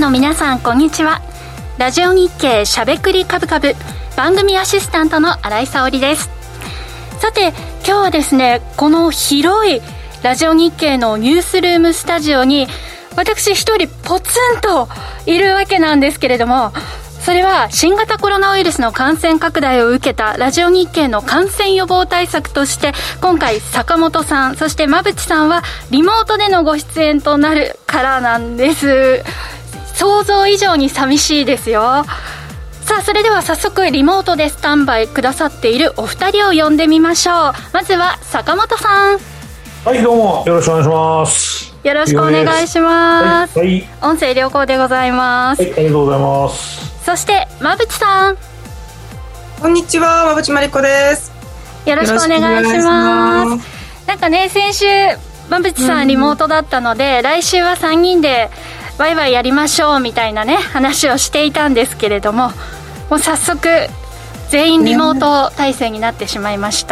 の皆さんこんにちは。ラジオ日経しゃべくりカブカブ番組アシスタントの新井沙織です。さて今日はですね、この広いラジオ日経のニュースルームスタジオに私一人ポツンといるわけなんですけれども、それは新型コロナウイルスの感染拡大を受けたラジオ日経の感染予防対策として、今回坂本さんそして馬淵さんはリモートでのご出演となるからなんです。想像以上に寂しいですよ。さあそれでは早速リモートでスタンバイくださっているお二人を呼んでみましょう。まずは坂本さん。 はい、どうもよろしくお願いします。 よろしくお願いします。 はい、 音声良好でございます。 はい、ありがとうございます。 そして馬淵さん。 こんにちは、馬淵真理子です。 よろしくお願いします。なんかね、先週馬淵さんリモートだったので、来週は3人でワイワイやりましょうみたいなね話をしていたんですけれども、もう早速全員リモート体制になってしまいました。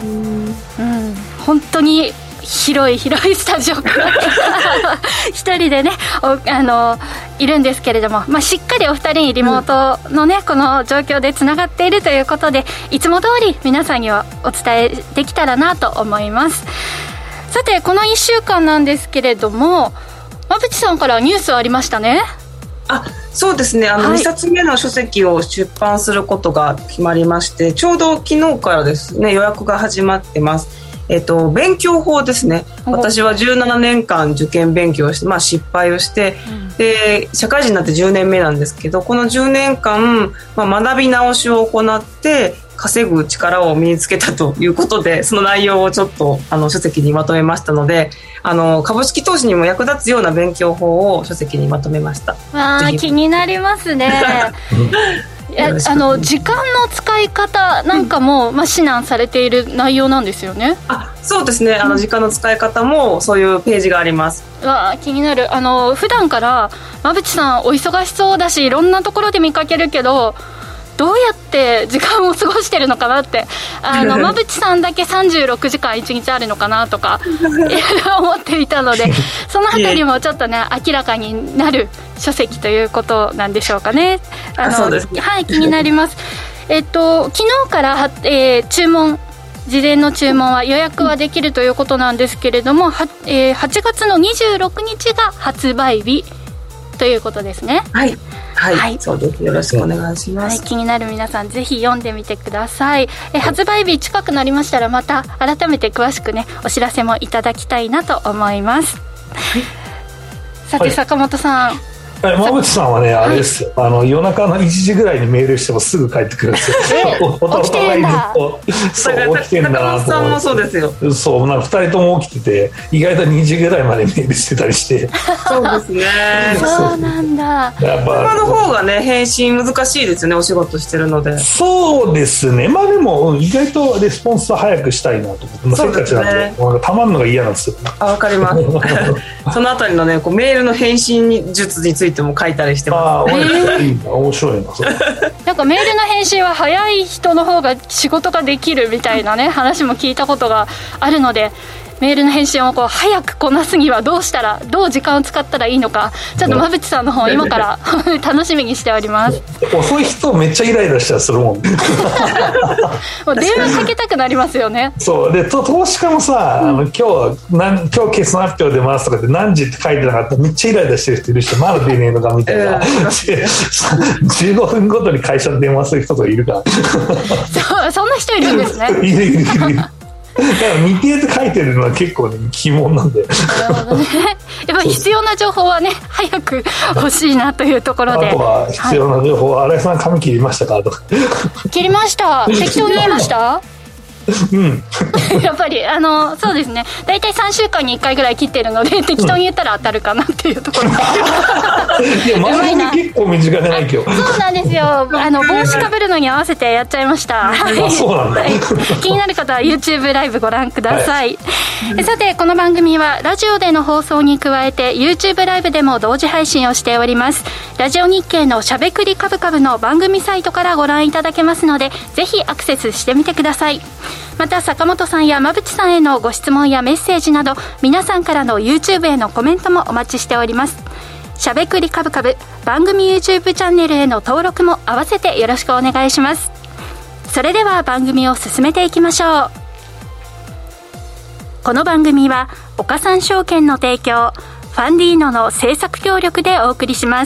本当に広いスタジオから一人でねいるんですけれども、しっかりお二人にリモートのね、この状況でつながっているということで、いつも通り皆さんにはお伝えできたらなと思います。さてこの1週間なんですけれども、馬淵さんからニュースありましたね。 そうですね、2冊目の書籍を出版することが決まりまして、ちょうど昨日からですね予約が始まってます。勉強法ですね。私は17年間受験勉強をして、失敗をして、で社会人になって10年目なんですけど、この10年間、学び直しを行って稼ぐ力を身につけたということで、その内容をちょっと書籍にまとめましたので、株式投資にも役立つような勉強法を書籍にまとめました。 気になりますね。時間の使い方なんかも、指南されている内容なんですよね。 そうですね、時間の使い方もそういうページがあります。 気になる。普段から馬淵さんお忙しそうだし、いろんなところで見かけるけど、どうやって時間を過ごしてるのかなって馬淵さんだけ36時間1日あるのかなとか思っていたので、そのあたりもちょっとね明らかになる書籍ということなんでしょうかね。 そうですね、 気になります。昨日から、事前の注文は予約はできるということなんですけれども、8月の26日が発売日ということですね。 はい、そうです。よろしくお願いします。 気になる皆さんぜひ読んでみてください。発売日近くなりましたらまた改めて詳しくねお知らせもいただきたいなと思います。さて、坂本さん。 馬淵さんはね、あれですよ、夜中の1時ぐらいにメールしてもすぐ帰ってくるんですよ。 起きてるんだ。 そう起きてるんだなと思って。 坂本さんもそうですよ。 そう、2人とも起きてて、意外と2時ぐらいまでメールしてたりして。 そうですね。 そうなんだ。 今の方がね返信難しいですよね、お仕事してるので。そうですね。でも意外とレスポンスは早くしたいなと思って、せっかちなんでたまんのが嫌なんですよ。 わかります。そのあたりのねメールの返信術についても書いたりしてます。 面白いなそれ。 なんかメールの返信は早い人の方が仕事ができるみたいなね話も聞いたことがあるので、メールの返信を早くこなすにはどう時間を使ったらいいのか、ちょっと馬淵さんの方今から楽しみにしております。 遅い人めっちゃイライラしたりするもん。もう電話かけたくなりますよね。 そうで、投資家もさ、今日決算発表出ますとかって何時って書いてなかったらめっちゃイライラしてる人いるし、まだ出ねえのかみたいな、15分ごとに会社に電話する人がいるから。 そんな人いるんですね。 いる。だから未定って書いてるのは結構、疑問なんで。 なるほどね。やっぱり必要な情報はね早く欲しいなというところで、 あとは必要な情報は、新井さん髪切りましたかとか。 切りました。適当に言いました。やっぱりそうですね、大体3週間に1回ぐらい切ってるので、適当に言ったら当たるかなっていうところ。 いや、マジで結構短くない今日。 そうなんですよ。帽子かぶるのに合わせてやっちゃいました。 そうなんだ。 気になる方は YouTube ライブご覧ください。さてこの番組はラジオでの放送に加えて YouTube ライブでも同時配信をしております。ラジオ日経のしゃべくりカブカブの番組サイトからご覧いただけますので、ぜひアクセスしてみてください。また坂本さんや馬淵さんへのご質問やメッセージなど、皆さんからの YouTube へのコメントもお待ちしております。 しゃべくりカブカブ番組 YouTube チャンネルへの登録も合わせてよろしくお願いします。それでは番組を進めていきましょう。この番組は岡三証券の提供、ファンディーノの制作協力でお送りします。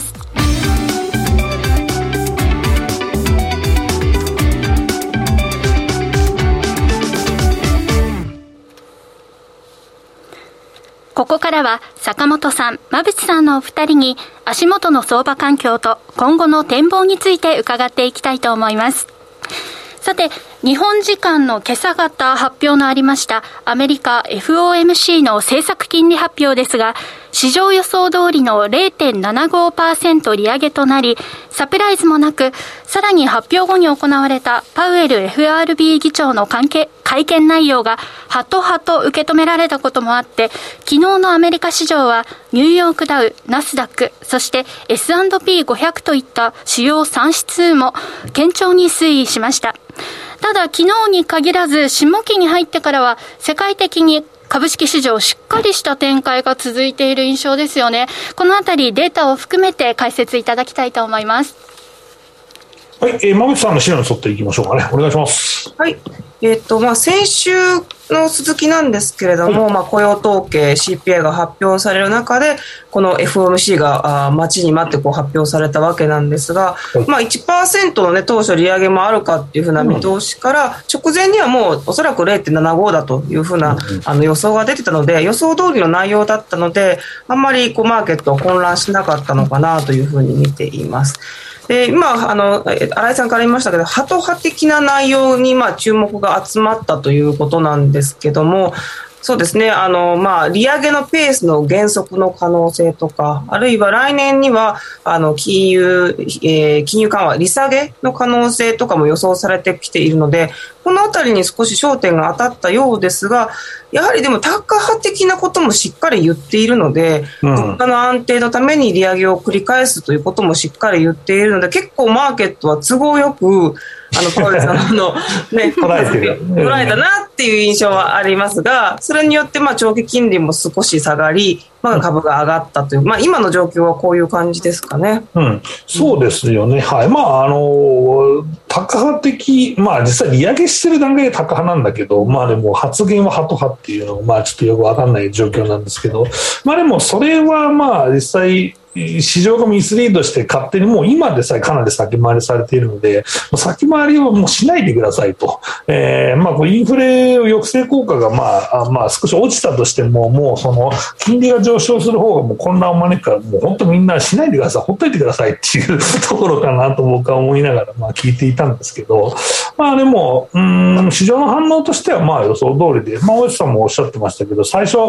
ここからは坂本さん、馬淵さんのお二人に足元の相場環境と今後の展望について伺っていきたいと思います。さて、日本時間の今朝方発表のありましたアメリカ FOMC の政策金利発表ですが、市場予想通りの 0.75% 利上げとなり、サプライズもなく、さらに発表後に行われたパウエル FRB 議長の会見内容がハト派と受け止められたこともあって、昨日のアメリカ市場はニューヨークダウ、ナスダック、そして S&P500 といった主要3指数も堅調に推移しました。ただ昨日に限らず下期に入ってからは世界的に株式市場しっかりした展開が続いている印象ですよね。このあたりデータを含めて解説いただきたいと思います。 はい、馬淵さんの資料に沿っていきましょうかね。お願いします。 はい。先週の続きなんですけれども、雇用統計 CPI が発表される中で、この FOMC が待ちに待って発表されたわけなんですが、1% のね、当初利上げもあるかっていうふうな見通しから、直前にはもうおそらく 0.75 だというふうな予想が出てたので、予想通りの内容だったので、あんまりマーケットは混乱しなかったのかなというふうに見ています。で今新井さんから言いましたけど、ハト派的な内容に注目が集まったということなんですけども、そうですね、利上げのペースの減速の可能性とか、あるいは来年には金融緩和利下げの可能性とかも予想されてきているので、このあたりに少し焦点が当たったようですが、やはりでもタッカー派的なこともしっかり言っているので、物価の安定のために利上げを繰り返すということもしっかり言っているので、結構マーケットは都合よくパウエルさんのね捉えたなっていう印象はありますが、それによって長期金利も少し下がり、株が上がったという、今の状況はこういう感じですかね。 そうですよね。はい。タカ派的、実際利上げしてる段階でタカ派なんだけど、でも発言はハト派っていうのがちょっとよくわかんない状況なんですけど、でもそれは実際市場がミスリードして勝手にもう今でさえかなり先回りされているので、先回りをもうしないでくださいと。インフレ抑制効果が少し落ちたとしても、もうその金利が上昇する方がもう混乱を招くから、もう本当みんなしないでください、ほっといてくださいっていうところかなと僕は思いながら聞いていたんですけど、でも市場の反応としては予想通りで、大内さんもおっしゃってましたけど、最初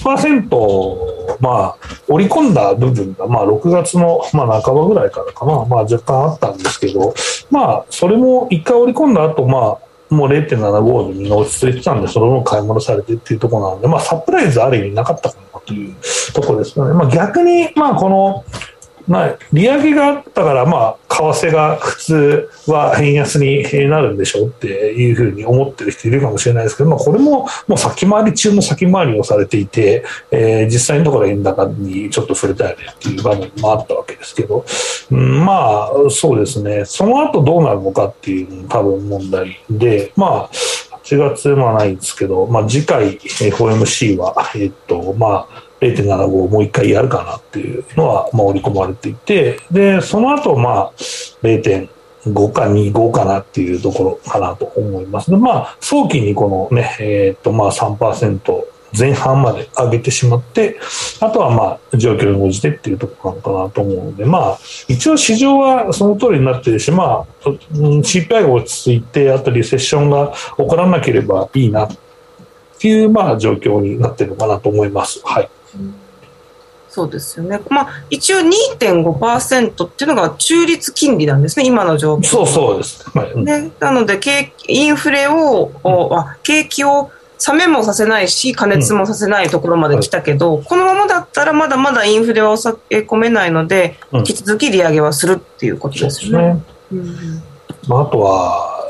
1% 織り込んだ部分が6月の半ばぐらいからかな、若干あったんですけど、それも一回織り込んだ後、もう 0.75 に落ち着いてたんで、それも買い戻されてっていうところなので、サプライズある意味なかったかなというところですよね。逆にこの利上げがあったから、為替が普通は円安になるんでしょうっていうふうに思ってる人いるかもしれないですけど、これももう先回り中の先回りをされていて、実際のところ円高にちょっと触れたよねっていう場面もあったわけですけど、そうですね、その後どうなるのかっていうのも多分問題で、8月はないんですけど、次回 FOMC は0.75 をもう一回やるかなっていうのは織り込まれていて、でその後0.5 か25かなっていうところかなと思います。で早期にこのね3% 前半まで上げてしまって、あとは状況に応じてっていうところなのかなと思うので、一応市場はその通りになっているし、CPI が落ち着いて、あとリセッションが起こらなければいいなっていう状況になっているのかなと思います。はい。 そうですよね。一応 2.5% っていうのが中立金利なんですね、今の状況。 そうです、 なのでインフレを、景気を冷めもさせないし加熱もさせないところまで来たけど、このままだったらまだまだインフレは抑え込めないので、引き続き利上げはするっていうことですよね。 あとは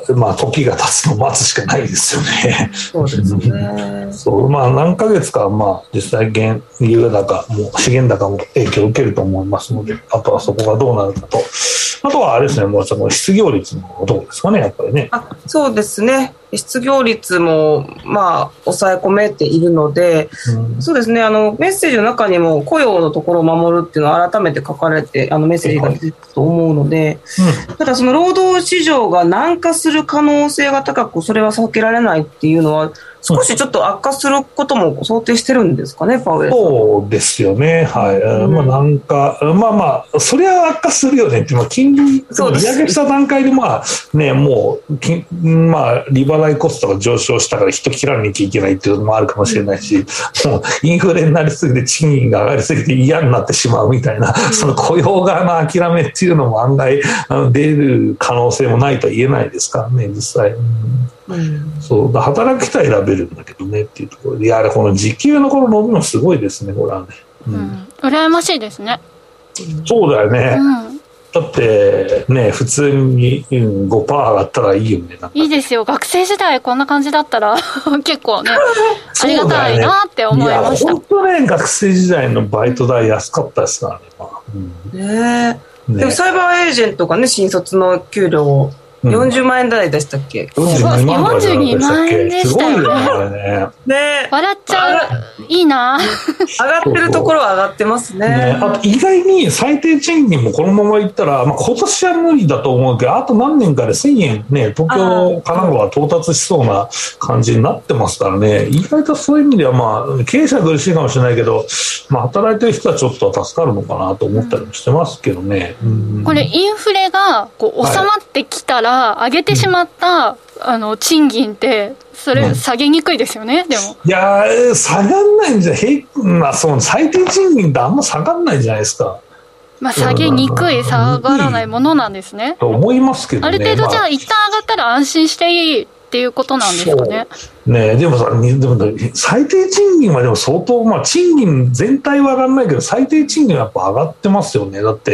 まあ、時が経つのを待つしかないですよね。 そうですね。 そう、まあ、何ヶ月か、まあ、実際原油高も資源高も影響を受けると思いますので、あとはそこがどうなるかと、あとはあれですね、もうその失業率のところですかね、やっぱりね。 そうですね。失業率も、まあ、抑え込めているので、そうですね、メッセージの中にも雇用のところを守るっていうのを改めて書かれて、メッセージが出てると思うので、ただその労働市場が軟化する可能性が高く、それは避けられないっていうのは、少しちょっと悪化することも想定してるんですかね、パウエルさん。 そうですよね。はい。まあなんか、まあまあ、それは悪化するよねって、まあ金利、利上げした段階でまあね、もう、まあ利払いコストが上昇したから人切らなきゃいけないっていうのもあるかもしれないし、もうインフレになりすぎて賃金が上がりすぎて嫌になってしまうみたいな、その雇用側の諦めっていうのも案外出る可能性もないとは言えないですからね、実際。そうだ、働きたい選べるんだけどねっていうところで、いや、この時給のこの伸びもすごいですね、これはね。 羨ましいですね。 そうだよね。だってね、普通に 5% 上がったらいいよね。 いいですよ。学生時代こんな感じだったら結構ね、ありがたいなって思いました。 本当ね、学生時代のバイト代安かったですからね。 でもサイバーエージェントがね、新卒の給料を40万円台でしたっけ ？42万円でしたよね。 笑っちゃう。いいな。 上がってるところは上がってますね。 あと意外に最低賃金もこのままいったら、まあ、今年は無理だと思うけど、あと何年かで1000円ね、東京、神奈川は到達しそうな感じになってますからね、意外とそういう意味では、まあ、経営者は苦しいかもしれないけど、まあ、働いてる人はちょっと助かるのかなと思ったりもしてますけどね。 これ、インフレがこう収まってきたら、上げてしまった、賃金って、それ下げにくいですよね、でも。 いや下がんないんじゃ、まあ、その最低賃金ってあんま下がんないじゃないですか。 まあ、下げにくい、下がらないものなんですね。 と思いますけどね。 ある程度じゃあ、一旦上がったら安心していいっていうことなんですかね。 でもさ、最低賃金はでも相当、まあ、賃金全体は上がらないけど、最低賃金はやっぱ上がってますよね。だって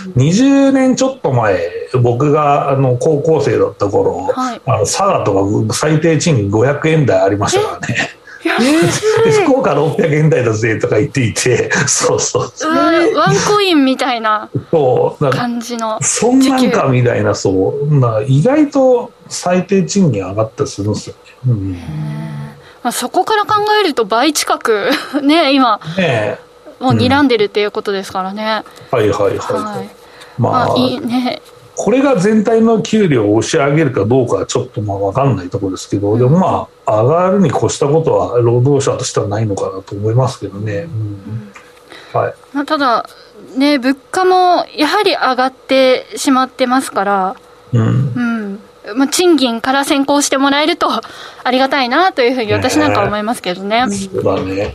、20年ちょっと前、僕が高校生だった頃、佐賀とか最低賃金500円台ありましたからね。福岡600円台だぜとか言っていて、そうワンコインみたいな感じのそんなんかみたいな、意外と最低賃金上がったりするんですよね。 そこから考えると倍近くね、今もう睨んでるっていうことですからね。まあいいね。これが全体の給料を押し上げるかどうかはちょっとまあ分かんないところですけど、でもまあ上がるに越したことは労働者としてはないのかなと思いますけどね。 ただね、物価もやはり上がってしまってますから、まあ、賃金から先行してもらえるとありがたいなというふうに私なんか思いますけどね。 そうだね。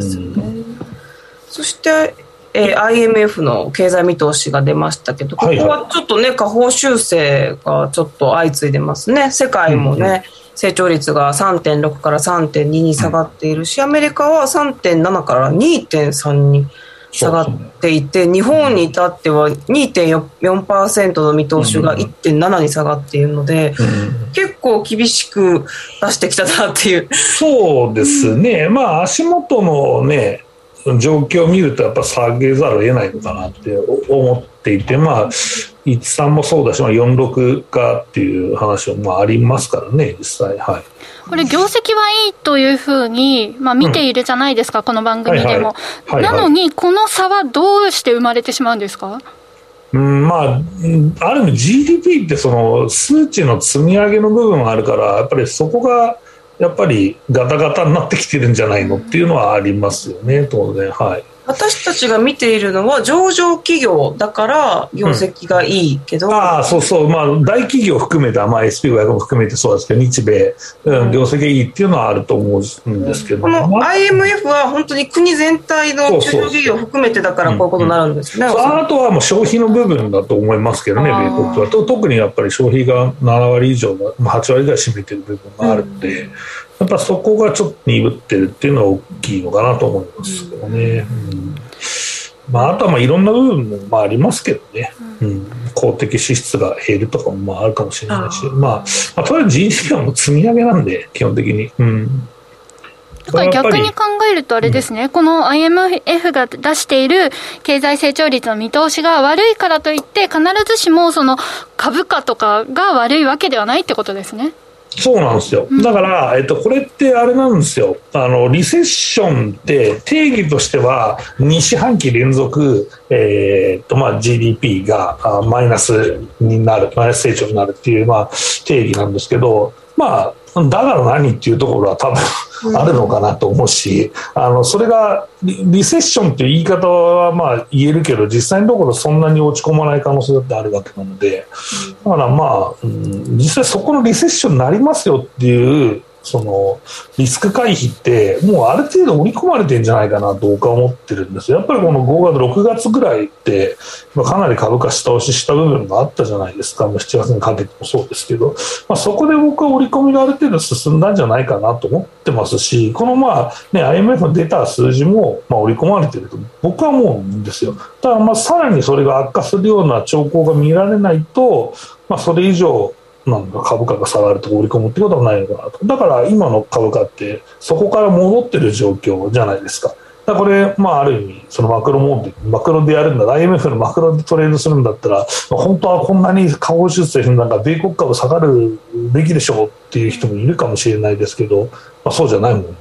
そしてIMF の経済見通しが出ましたけど、ここはちょっとね、下方修正がちょっと相次いでますね。世界もね、成長率が 3.6 から 3.2 に下がっているし、アメリカは 3.7 から 2.3 に下がっていて、日本に至っては 2.4% の見通しが 1.7 に下がっているので、結構厳しく出してきたなっていう。 そうですね。まあ足元のね、状況を見るとやっぱ下げざるを得ないのかなって思っていて、まあ13もそうだし、46かっていう話もありますからね、実際。 これ業績はいいというふうに、まあ、見ているじゃないですか、この番組でも。なのにこの差はどうして生まれてしまうんですか？ まあ、ある意味 GDP ってその数値の積み上げの部分があるから、やっぱりそこがやっぱりガタガタになってきてるんじゃないのっていうのはありますよね、当然。 私たちが見ているのは上場企業だから業績がいいけど、 そうそう、まあ、大企業含めて、まあ、SP500 も含めてそうですけど、日米、業績がいいっていうのはあると思うんですけど、 この IMF は本当に国全体の中小企業を含めてだからこういうことになるんですね。 あとはもう消費の部分だと思いますけどね、米国は。特にやっぱり消費が7割以上、8割ぐらい占めてる部分があるんで、やっぱそこがちょっと鈍ってるっていうのは大きいのかなと思いますけどね。 あとはいろんな部分もありますけどね、公的支出が減るとかもあるかもしれないし、とりあえず GDP はもう積み上げなんで基本的に、 だから逆に考えるとあれですね、この IMF が出している経済成長率の見通しが悪いからといって必ずしもその株価とかが悪いわけではないってことですね。 そうなんですよ。だから、これってあれなんですよ。リセッションって定義としては2四半期連続、GDP がマイナスになる、マイナス成長になるっていう、定義なんですけど、だから何っていうところは多分あるのかなと思うし、それがリセッションっていう言い方は言えるけど、実際のところそんなに落ち込まない可能性だってあるわけなので、だから実際そこのリセッションになりますよっていうそのリスク回避ってもうある程度織り込まれてるんじゃないかなと僕は思ってるんですよ。やっぱりこの5月6月ぐらいってかなり株価下押しした部分があったじゃないですか。7月にかけてもそうですけど、そこで僕は織り込みがある程度進んだんじゃないかなと思ってますし、このIMF の出た数字も織り込まれてると僕は思うんですよ。たださらにそれが悪化するような兆候が見られないと、それ以上株価が下がると織り込むってことはないのかなと。だから今の株価ってそこから戻ってる状況じゃないですか。だからこれある意味そのマクロでやるんだ、 IMF のマクロでトレードするんだったら本当はこんなに下方修正するなんか米国株下がるべきでしょうっていう人もいるかもしれないですけど、そうじゃないもんね。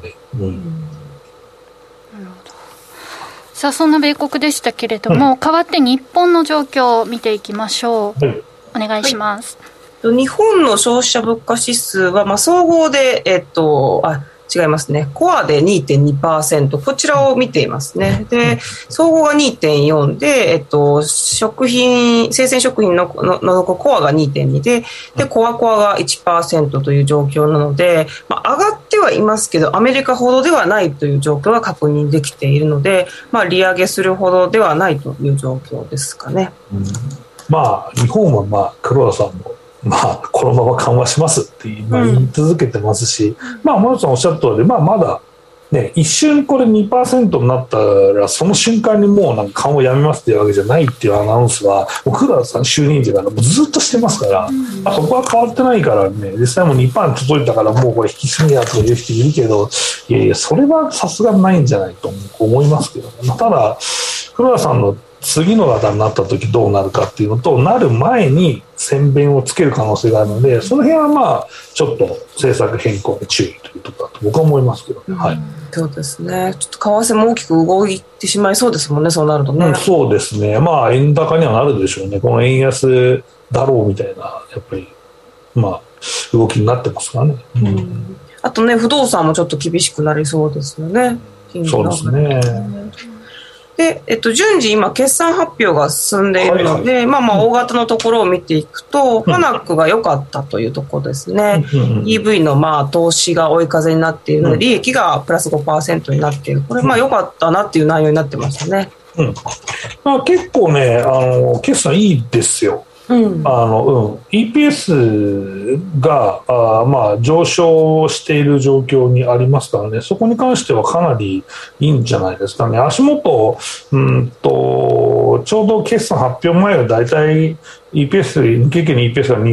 さあそんな米国でしたけれども、代わって日本の状況を見ていきましょう。お願いします。 日本の消費者物価指数は、総合で、違いますね。コアで 2.2%、こちらを見ていますね。で、総合が 2.4 で、生鮮食品のコアが 2.2 で、コアが 1% という状況なので、上がってはいますけど、アメリカほどではないという状況が確認できているので、利上げするほどではないという状況ですかね。 日本は黒田さんもこのまま緩和しますって言い続けてますし、森内さんおっしゃった通り、まだね、一瞬これ 2% になったらその瞬間にもう緩和やめますっていうわけじゃないっていうアナウンスは黒田さん就任時からもうずっとしてますから、そこは変わってないからね、実際も 2% 届いたからもうこれ引き継ぎやという人いるけど、いやそれはさすがにないんじゃないと思いますけどね。ただ黒田さんの次の方になった時どうなるかっていうのと、なる前に先鞭をつける可能性があるので、その辺はちょっと政策変更に注意というところだと僕は思いますけどね。 そうですね。ちょっと為替も大きく動いてしまいそうですもんね、そうなるとね。 そうですね。円高にはなるでしょうね。この円安だろうみたいなやっぱり動きになってますからね。 あとね、不動産もちょっと厳しくなりそうですよね。 そうですね。 で、順次今決算発表が進んでいるので、大型のところを見ていくと、ファナックが良かったというところですね。EV の投資が追い風になっているので、利益がプラス 5% になっている。これ良かったなっていう内容になってましたね。 結構ね、決算いいですよ。EPS が上昇している状況にありますからね、そこに関してはかなりいいんじゃないですかね。足元、ちょうど決算発表前はだいたい EPS、日経平均の EPS が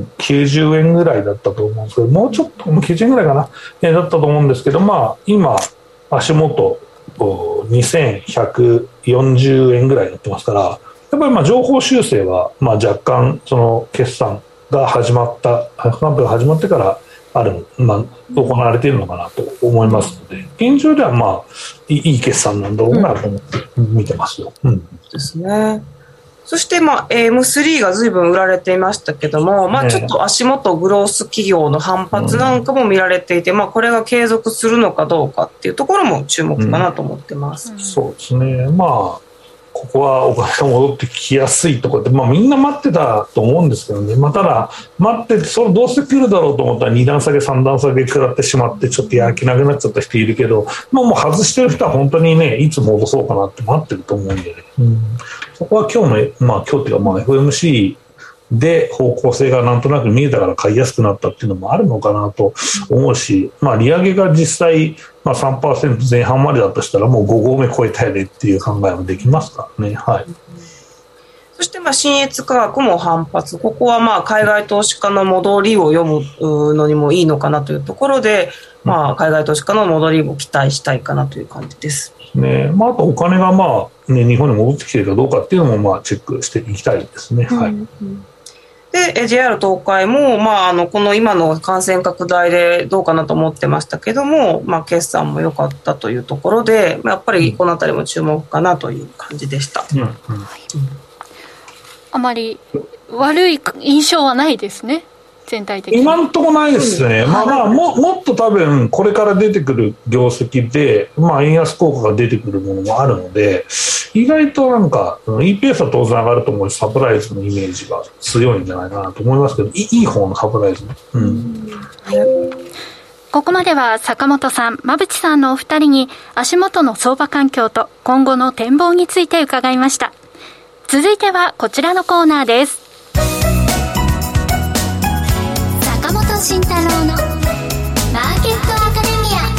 2090円ぐらいだったと思うんですけど、もうちょっと90円ぐらいかな、だったと思うんですけど、今足元2140円ぐらいになってますから、やっぱり情報修正は若干その決算が始まってから行われているのかなと思いますので、現状ではいい決算なんだろうなと思って見てますよ。 ですね。そして、M3 が随分売られていましたけども、ちょっと足元グロース企業の反発なんかも見られていて、これが継続するのかどうかっていうところも注目かなと思ってます。 そうですね。ここはお金が戻ってきやすいところで、みんな待ってたと思うんですけどね。ただ待ってそれどうせ来るだろうと思ったら2段下げ3段下げ食らってしまってちょっとやる気なくなっちゃった人いるけど、もう外してる人は本当にね、いつ戻そうかなって待ってると思うんでね。そこは今日っていうかFOMC で方向性がなんとなく見えたから買いやすくなったっていうのもあるのかなと思うし、利上げが実際、3% 前半までだとしたらもう5合目超えたよねっていう考えもできますからね。はい。 そして信越価格も反発、ここは海外投資家の戻りを読むのにもいいのかなというところで、海外投資家の戻りを期待したいかなという感じですね。あとお金が日本に戻ってきているかどうかっていうのもチェックしていきたいですね。はい。 で JR 東海も、この今の感染拡大でどうかなと思ってましたけども、決算も良かったというところで、やっぱりこのあたりも注目かなという感じでした。 あまり悪い印象はないですね、全体的に。 今のところないですね。もっと多分これから出てくる業績で、円安効果が出てくるものもあるので、意外とEPS は当然上がると思うし、サプライズのイメージが強いんじゃないかなと思いますけど、いい方のサプライズね。 ここまでは坂本さん、馬淵さんのお二人に足元の相場環境と今後の展望について伺いました。続いてはこちらのコーナーです。 坂本慎太郎のマーケットアカデミア。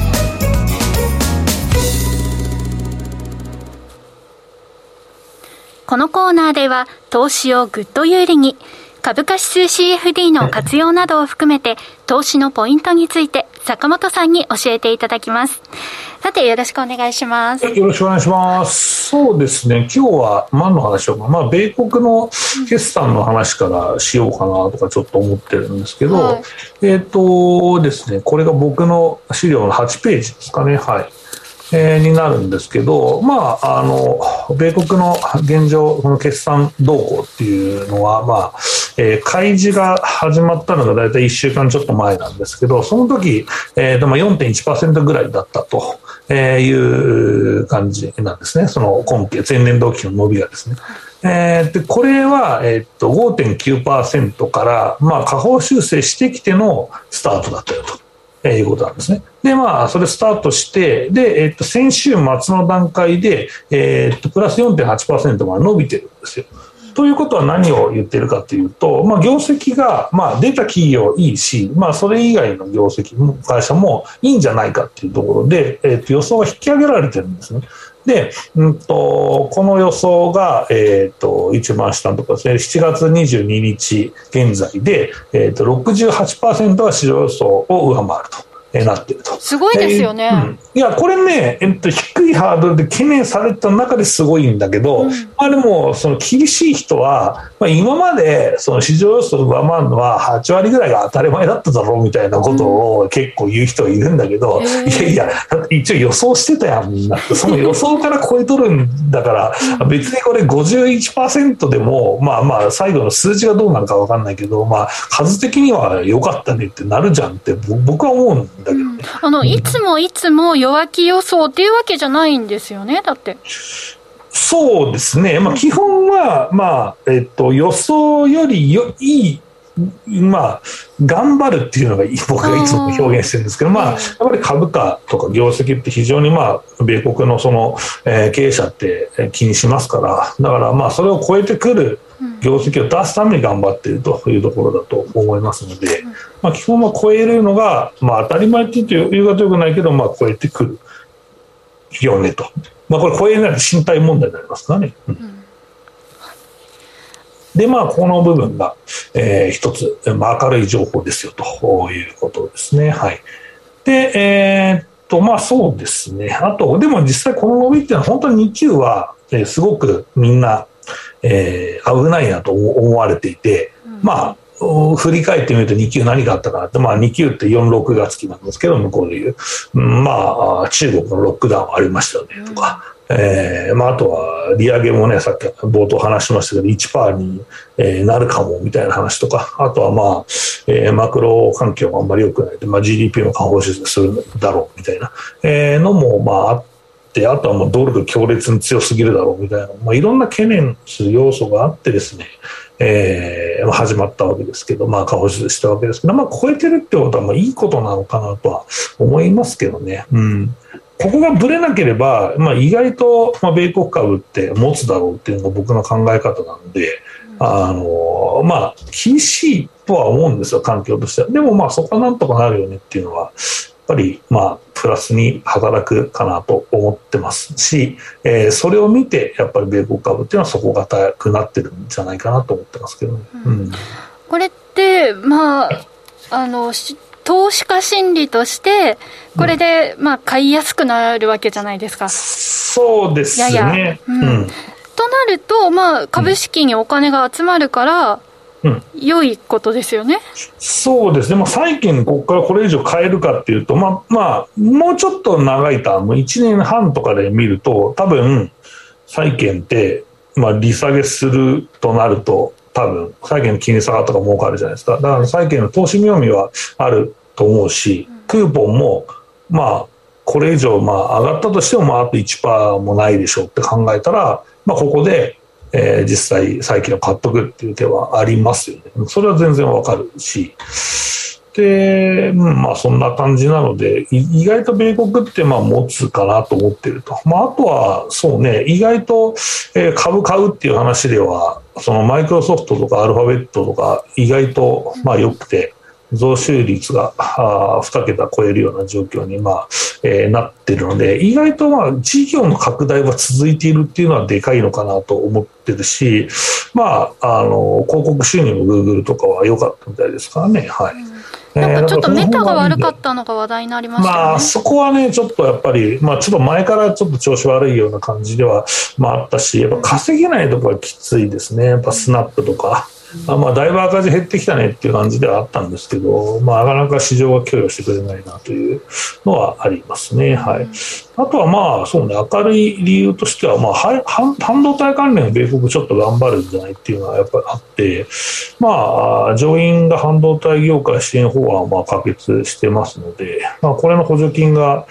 このコーナーでは投資をぐっと有利に、株価指数 CFD の活用などを含めて投資のポイントについて坂本さんに教えていただきます。さてよろしくお願いします。 よろしくお願いします。そうですね、今日は何の話を米国の決算の話からしようかなとかちょっと思ってるんですけど、ですね、これが僕の資料の8ページですかね。はい。になるんですけど、米国の現状、この決算動向っていうのは、開示が始まったのがだいたい1週間ちょっと前なんですけど、その時、4.1% ぐらいだったという感じなんですね。その今期、前年同期の伸びがですね。でこれは、5.9% から、下方修正してきてのスタートだったよと。いうことなんですね。で、それスタートして、で、先週末の段階で、プラス 4.8% まで伸びてるんですよ。ということは何を言ってるかというと、業績が、出た企業いいし、それ以外の業績の会社もいいんじゃないかっていうところで、予想が引き上げられてるんですね。で、この予想が、一番下のところですね、7月22日現在で、68% が市場予想を上回ると。なってると。 すごいですよね。 いやこれね、低いハードルで懸念された中ですごいんだけど、でもその厳しい人は、今までその市場予想を上回るのは8割ぐらいが当たり前だっただろうみたいなことを結構言う人がいるんだけど、いや一応予想してたやんみんなって、その予想から超えとるんだから別にこれ 51% でも最後の数字がどうなるか分かんないけど、数的には良かったねってなるじゃんって僕は思うんだけどね。 いつも弱気予想っていうわけじゃないんですよね、だって。 そうですね、基本は、予想よりいい、頑張るっていうのが僕がいつも表現してるんですけど、やっぱり株価とか業績って非常に米国のその、経営者って気にしますから、だからそれを超えてくる業績を出すために頑張っているというところだと思いますので、基本は超えるのが、当たり前って言うと言う方よくないけど、超えてくるよねと。これ超えないと身体問題になりますからね。でこの部分が、一つ、明るい情報ですよということですね。はい。で、そうですね。あとでも実際この伸びっていうのは本当に2級は、すごくみんな、危ないなと思われていて、振り返ってみると2級何があったかなって、2級って4-6月期なんですけど、向こうでいう、中国のロックダウンありましたよねとか、あとは利上げもね、さっき冒頭話しましたけど 1% になるかもみたいな話とか、あとはマクロ環境があんまり良くないで、GDP も下方修正するだろうみたいなのもあって、あとはドルが強烈に強すぎるだろうみたいな、いろんな懸念する要素があってですね、始まったわけですけど、下方修正したわけですけど、超えてるってことはいいことなのかなとは思いますけどね。ここがぶれなければ、意外と、米国株って持つだろうっていうのが僕の考え方なので、 厳しいとは思うんですよ、環境としては。でもそこはなんとかなるよねっていうのはやっぱりプラスに働くかなと思ってますし、それを見てやっぱり米国株っていうのは底堅くなってるんじゃないかなと思ってますけどね。 これって投資家心理としてこれで買いやすくなるわけじゃないですか。 そうですね。 となると、株式にお金が集まるから、良いことですよね。 そうですね。債券ここからこれ以上買えるかっていうと、もうちょっと長いターム、1年半とかで見ると、多分債券って利下げするとなると、多分債券の金利下がったから儲かるじゃないですか。だから債券の投資妙味はあると思うし、クーポンもこれ以上上がったとしてもあと 1% もないでしょうって考えたら、ここで、実際債券を買っとくっていう手はありますよね。それは全然わかるし、で、そんな感じなので、意外と米国って持つかなと思ってると。あとはそうね、意外と、株買うっていう話では、そのマイクロソフトとかアルファベットとか意外と良くて、増収率が2桁超えるような状況になっているので、意外と事業の拡大は続いているっていうのはでかいのかなと思ってるし、広告収入も Google とかは良かったみたいですからね。 なんかちょっとメタが悪かったのが話題になりましたよね。 そこはね、ちょっとやっぱり、ちょっと前からちょっと調子悪いような感じではあったし、やっぱ稼げないところはきついですね。やっぱスナップとか。だいぶ赤字減ってきたねっていう感じではあったんですけど、なかなか市場が許容してくれないなというのはありますね。あとはそうね、明るい理由としては、半導体関連米国ちょっと頑張るんじゃないっていうのはやっぱりあって、上院が半導体業界支援法案を可決してますので、これの補助金が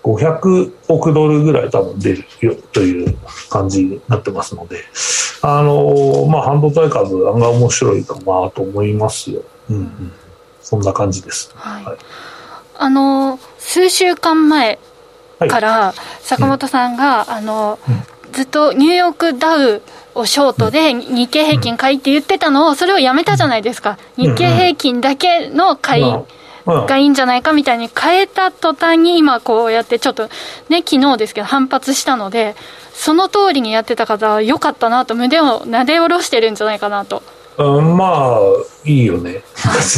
500億ドルぐらい多分出るよという感じになってますので、半導体株案外面白いかなと思いますよ。そんな感じです。 数週間前から坂本さんが、ずっとニューヨークダウをショートで日経平均買いって言ってたのを、それをやめたじゃないですか。日経平均だけの買いがいいんじゃないかみたいに変えた途端に、今こうやってちょっとね、昨日ですけど反発したので、その通りにやってた方は良かったなと、胸をなで下ろしてるんじゃないかなと。 いいよね。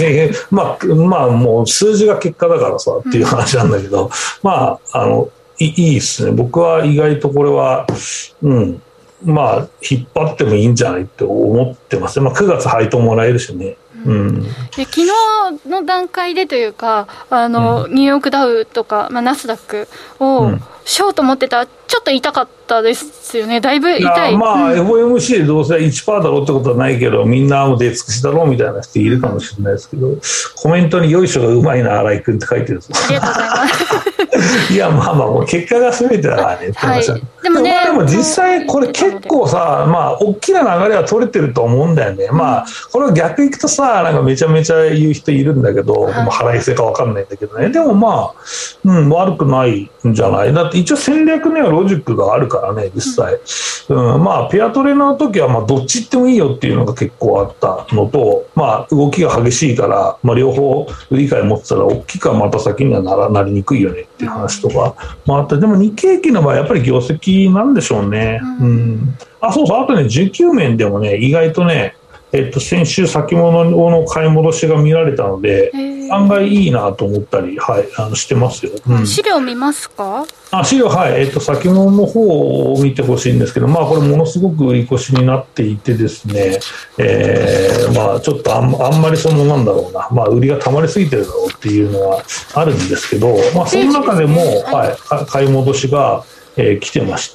もう数字が結果だからさっていう話なんだけど、いいですね。僕は意外とこれは、引っ張ってもいいんじゃないって思ってます。9月配当もらえるしね。 で昨日の段階でというか、ニューヨークダウとか、ナスダックをショート持ってたらちょっと痛かったですよね。だいぶ痛い。 FOMC でどうせ 1% だろうってことはないけど、みんなも出尽くしだろうみたいな人いるかもしれないですけど、コメントによいしょがうまいな新井君って書いてるんです。 ありがとうございますいやもう結果が全てだからねって話、でも実際これ結構さ、大きな流れは取れてると思うんだよね。これは逆いくとさ、なんかめちゃめちゃ言う人いるんだけど、もう腹いせか分かんないんだけどね。でも悪くないんじゃない。だって一応戦略にはロジックがあるからね、実際。ペアトレの時はどっち行ってもいいよっていうのが結構あったのと、動きが激しいから、両方売り買い持ってたら大きくはまた先にはなりにくいよねっていう話とかあって、でも日経平均の場合やっぱり業績なんでしょうね。あとね、需給面でもね、意外とね、先週先物の買い戻しが見られたので、案外いいなと思ったり、してますよ。 資料見ますか？ 資料、先物の方を見てほしいんですけど、これものすごく売り越しになっていてですね、ちょっとあんまりなんだろうな、売りが溜まりすぎてるだろうっていうのはあるんですけど、その中でも、買い戻しが来てまして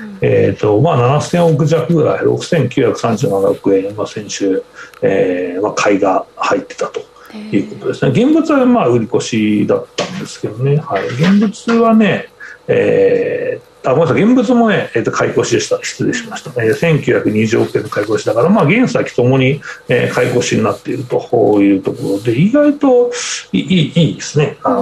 、7000億弱ぐらい、6937億円、先週、買いが入ってたということですね。現物は売り越しだったんですけどね、現物はね、ごめんなさい、現物もね、買い越しでした。失礼しました。1920億円の買い越しだから、原先ともに、買い越しになっているというところで、意外といいですね。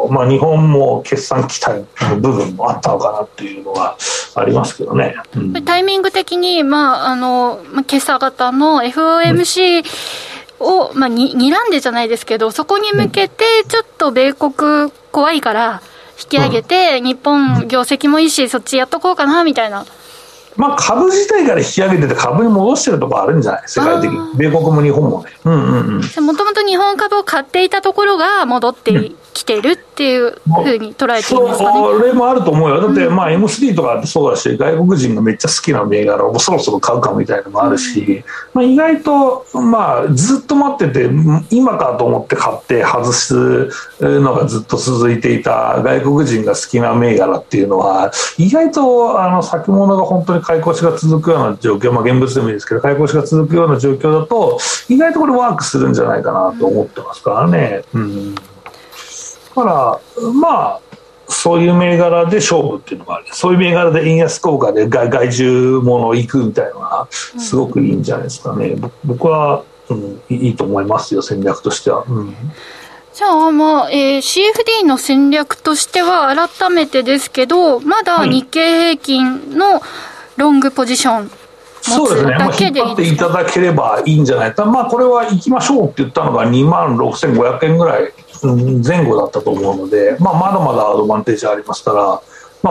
ど、日本も決算期待の部分もあったのかなっていうのがありますけどね。 タイミング的に、決算型の FOMC を、睨んでじゃないですけど、そこに向けてちょっと米国怖いから引き上げて、日本業績もいいしそっちやっとこうかなみたいな。 株自体から引き上げてて株に戻してるところあるんじゃない、世界的に。米国も日本もね。 もともと日本株を買っていたところが戻ってきているっていうふうに捉えていいんですかね。 それもあると思うよ。だって、M3 とかってそうだし、外国人がめっちゃ好きな銘柄をそろそろ買うかみたいなのもあるし、意外と、ずっと待ってて今かと思って買って外すのがずっと続いていた外国人が好きな銘柄っていうのは意外と先物が本当に買い越しが続くような状況、現物でもいいですけど買い越しが続くような状況だと意外とこれワークするんじゃないかなと思ってますからね。だからそういう銘柄で勝負っていうのがある。そういう銘柄で円安効果で外需物行くみたいなのがすごくいいんじゃないですかね。僕は、いいと思いますよ、戦略としては。 じゃあ、CFD の戦略としては改めてですけど、まだ日経平均のロングポジション持つだけでいいですか？引っ張っていただければいいんじゃないか。これは行きましょうって言ったのが26,500円ぐらい前後だったと思うので、まだまだアドバンテージありますから、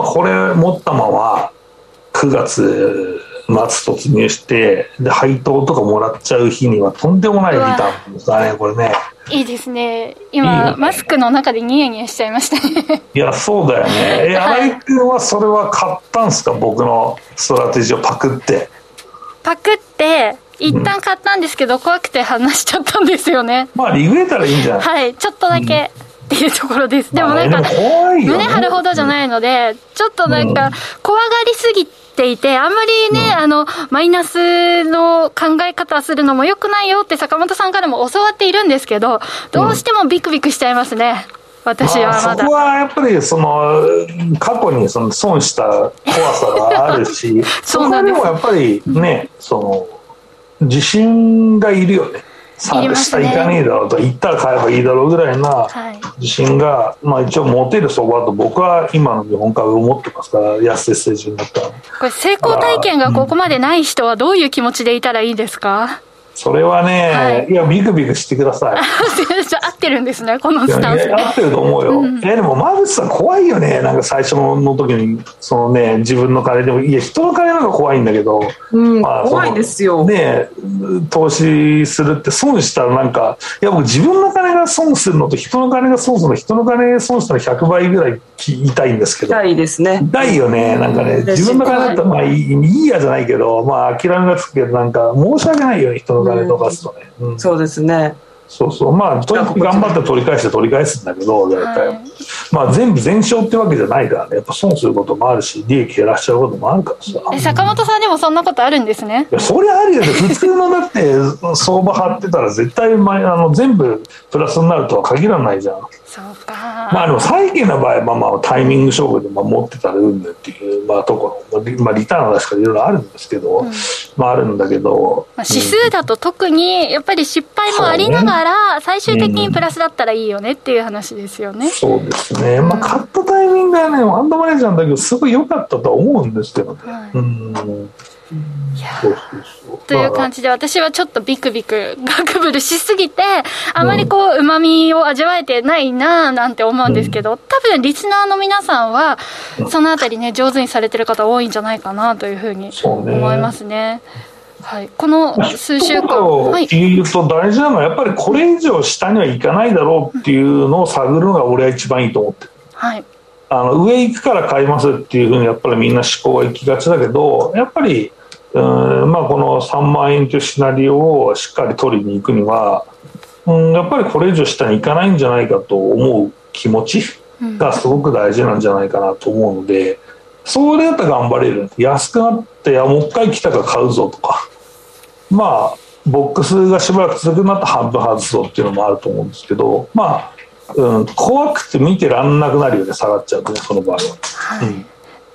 これ持ったまま9月末突入してで配当とかもらっちゃう日にはとんでもないリターンですかね、これね。 いいですね。今いいね、マスクの中でニヤニヤしちゃいましたね。いや、そうだよね。新井君はそれは買ったんすか？僕のストラテジーをパクって一旦買ったんですけど、怖くて話しちゃったんですよね。 リグレたらいいんじゃない？ はい、ちょっとだけ、っていうところです。でもなんか、胸張るほどじゃないので、ちょっとなんか怖がりすぎていて、あんまりね、マイナスの考え方するのも良くないよって坂本さんからも教わっているんですけど、どうしてもビクビクしちゃいますね。私はまだ。 そこはやっぱり過去に損した怖さがあるし、そこでもやっぱりね、自信がいるよね。下行かねえだろうと、行ったら買えばいいだろうぐらいな自信が、一応持てる相場だと僕は今の日本株を持ってますから、安い水準だったら。これ成功体験がここまでない人はどういう気持ちでいたらいいですか？ それはね、いやビクビクしてください。 合ってるんですね、このスタンス。 合ってると思うよ。でも馬渕さん怖いよね。なんか最初の時に自分の金でもいや人の金の方が怖いんだけど、 怖いですよ。 投資するって損したらなんか僕自分の金が損するのと人の金が損するの、人の金が損したら100倍ぐらい痛いんですけど。 痛いですね。 痛いよね。なんかね、自分の金だったらいいやじゃないけど、諦めがつくけどなんか申し訳ないよね、人の金逃すとね。 そうですね。 とにかく頑張って取り返すんだけど、全部全勝ってわけじゃないからね。やっぱ損することもあるし、利益減らしちゃうこともあるからさ。 坂本さんでもそんなことあるんですね。 いや、そりゃあるよね。普通のだって相場張ってたら絶対全部プラスになるとは限らないじゃん。 そうか。 でも債券の場合はタイミング勝負で持ってたら運っていうところ、リターンは確かにいろいろあるんですけど、あるんだけど、 指数だと特にやっぱり失敗もありながら、最終的にプラスだったらいいよねっていう話ですよね。 そうですね。買ったタイミングはね、ワンダーマネージャーなんだけどすごい良かったとは思うんですけどね。 という感じで、私はちょっとビクビクガクブルしすぎてあまりうまみを味わえてないななんて思うんですけど、多分リスナーの皆さんはそのあたりね上手にされてる方多いんじゃないかなというふうに思いますね。はい、この数週間言うと大事なのはやっぱりこれ以上下にはいかないだろうっていうのを探るのが俺は一番いいと思ってる。上行くから買いますっていうふうにやっぱりみんな思考が行きがちだけど、やっぱりこの3万円というシナリオをしっかり取りに行くには、やっぱりこれ以上下に行かないんじゃないかと思う気持ちがすごく大事なんじゃないかなと思うので、それだったら頑張れる。安くなってもう一回来たから買うぞとか、ボックスがしばらく続くなったら半分外すぞっていうのもあると思うんですけど、怖くて見てらんなくなるよね、下がっちゃうとね、その場合は。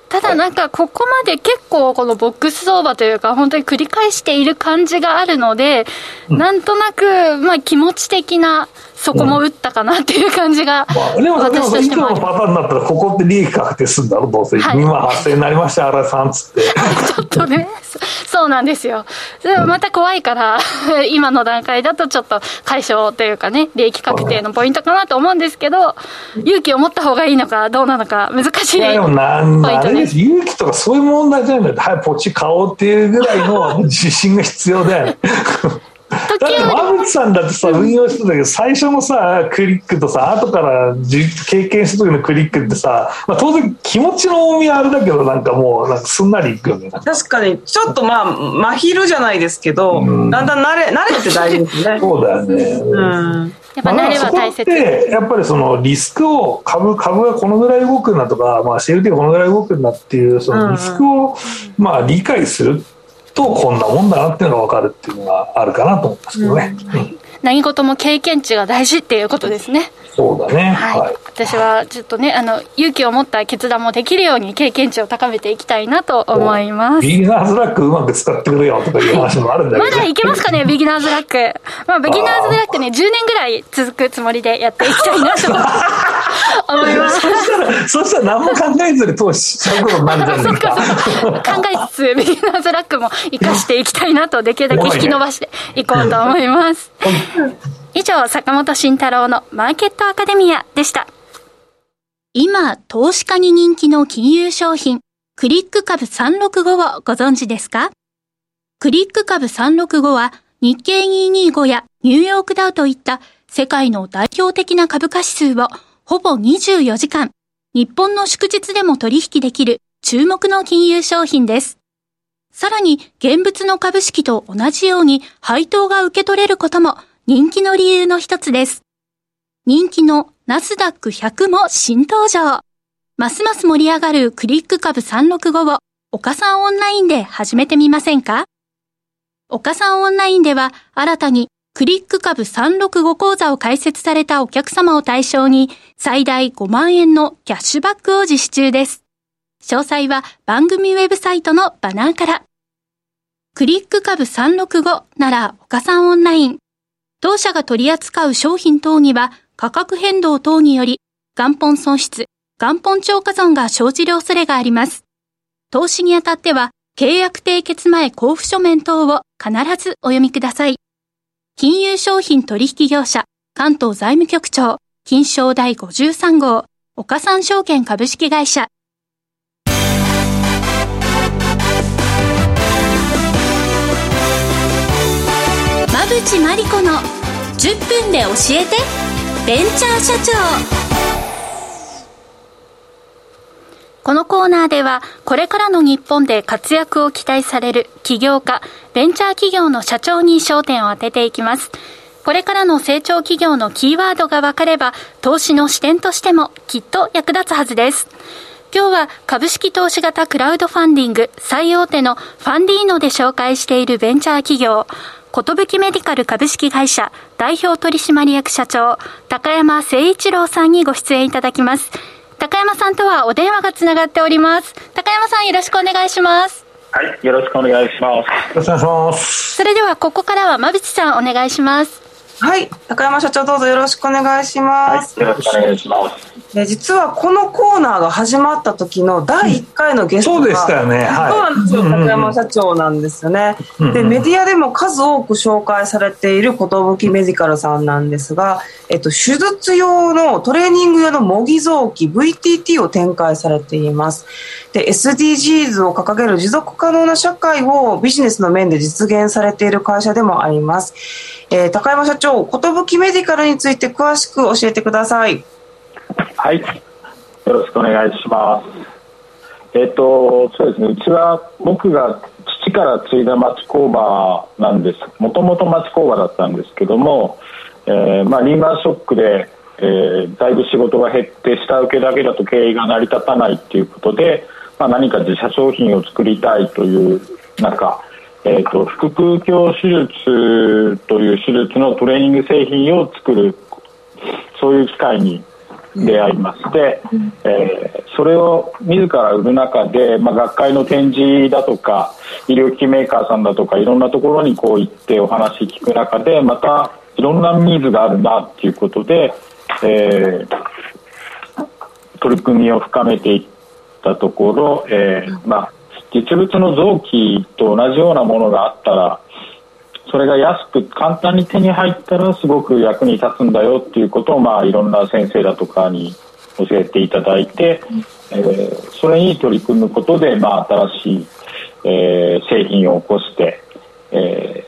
ただなんかここまで結構このボックス相場というか本当に繰り返している感じがあるので、なんとなくまあ気持ち的なそこも打ったかなっていう感じが、 でも私としても、パターンになったらここって利益確定するんだろう、どうせ2万8000円になりました新井さんっつってちょっとねそうなんですよ。でもまた怖いから今の段階だとちょっと解消というかね、利益確定のポイントかなと思うんですけど、勇気を持った方がいいのかどうなのか難しいポイントです。 勇気とかそういう問題じゃないんだって、はいポチ買おうっていうぐらいの自信が必要だよねだって馬淵さんだってさ運用してたけど、最初のさクリックとさ後から経験した時のクリックってさ、まあ、当然気持ちの重みはあれだけど、なんかもうなんかすんなりいくよね。 確かにちょっとまあ真昼じゃないですけど、だんだん慣れて大事ですねそうだよね、 やっぱ慣れは大切。 そこってやっぱりそのリスクを株がこのぐらい動くんだとか、まあ、CFD がこのぐらい動くんだっていうそのリスクをまあ理解するとこんなもんだなっていうのが分かるっていうのがあるかなと思いますけどね、 何事も経験値が大事っていうことですね。 そうだね、 はい、私はちょっとね勇気を持った決断もできるように経験値を高めていきたいなと思います。 ビギナーズラックうまく使ってくれよとかいう話もあるんだけど、 まだいけますかねビギナーズラック、まあ、ビギナーズラックね10年ぐらい続くつもりでやっていきたいなと思いますそしたら何も考えずに投資しちゃうことになるじゃないですか考えつつビギナーズラックも生かしていきたいなと、できるだけ引き伸ばしていこうと思います以上、坂本慎太郎のマーケットアカデミアでした。今、投資家に人気の金融商品、クリック株365をご存知ですか？クリック株365は日経225やニューヨークダウといった世界の代表的な株価指数をほぼ24時間、日本の祝日でも取引できる注目の金融商品です。さらに、現物の株式と同じように配当が受け取れることも人気の理由の一つです。人気のナスダック100も新登場。ますます盛り上がるクリック株365を岡さんオンラインで始めてみませんか？岡さんオンラインでは新たにクリック株365講座を開設されたお客様を対象に最大5万円のキャッシュバックを実施中です。詳細は番組ウェブサイトのバナーから。クリック株365なら岡さんオンライン。当社が取り扱う商品等には価格変動等により元本損失、元本超過損が生じる恐れがあります。投資にあたっては契約締結前交付書面等を必ずお読みください。金融商品取引業者関東財務局長金商第53号岡三証券株式会社。馬淵真理子の10分で教えてベンチャー社長。このコーナーではこれからの日本で活躍を期待される起業家、ベンチャー企業の社長に焦点を当てていきます。これからの成長企業のキーワードが分かれば投資の視点としてもきっと役立つはずです。今日は株式投資型クラウドファンディング最大手のファンディーノで紹介しているベンチャー企業寿メディカル株式会社代表取締役社長高山誠一郎さんにご出演いただきます。高山さんとはお電話がつながっております。高山さんよろしくお願いします。 はい、よろしくお願いします。 よろしくお願いします。 それではここからは馬淵さんお願いします。 はい、高山社長どうぞよろしくお願いします。 はい、よろしくお願いします。 実はこのコーナーが始まった時の第1回のゲストが、 そうでしたよね、はい、 そうなんですよ、高山社長なんですよね、でメディアでも数多く紹介されている寿メディカルさんなんですが、手術用のトレーニング用の模擬臓器 VTT を展開されています。で SDGs を掲げる持続可能な社会をビジネスの面で実現されている会社でもあります。高山社長、寿メディカルについて詳しく教えてください。 はい、よろしくお願いします。そうですね、うちは僕が父から継いだ町工場なんです。もともと町工場だったんですけども、リーマンショックで、だいぶ仕事が減って下請けだけだと経営が成り立たないということで、何か自社商品を作りたいという中、腹腔鏡手術という手術のトレーニング製品を作る、そういう機会に出会いまして、それを自ら売る中で、学会の展示だとか医療機器メーカーさんだとかいろんなところにこう行ってお話聞く中で、またいろんなニーズがあるなっていうことで、取り組みを深めていったところ、実物の臓器と同じようなものがあったら、それが安く簡単に手に入ったらすごく役に立つんだよっていうことを、いろんな先生だとかに教えていただいて、それに取り組むことで、新しい、製品を起こして、で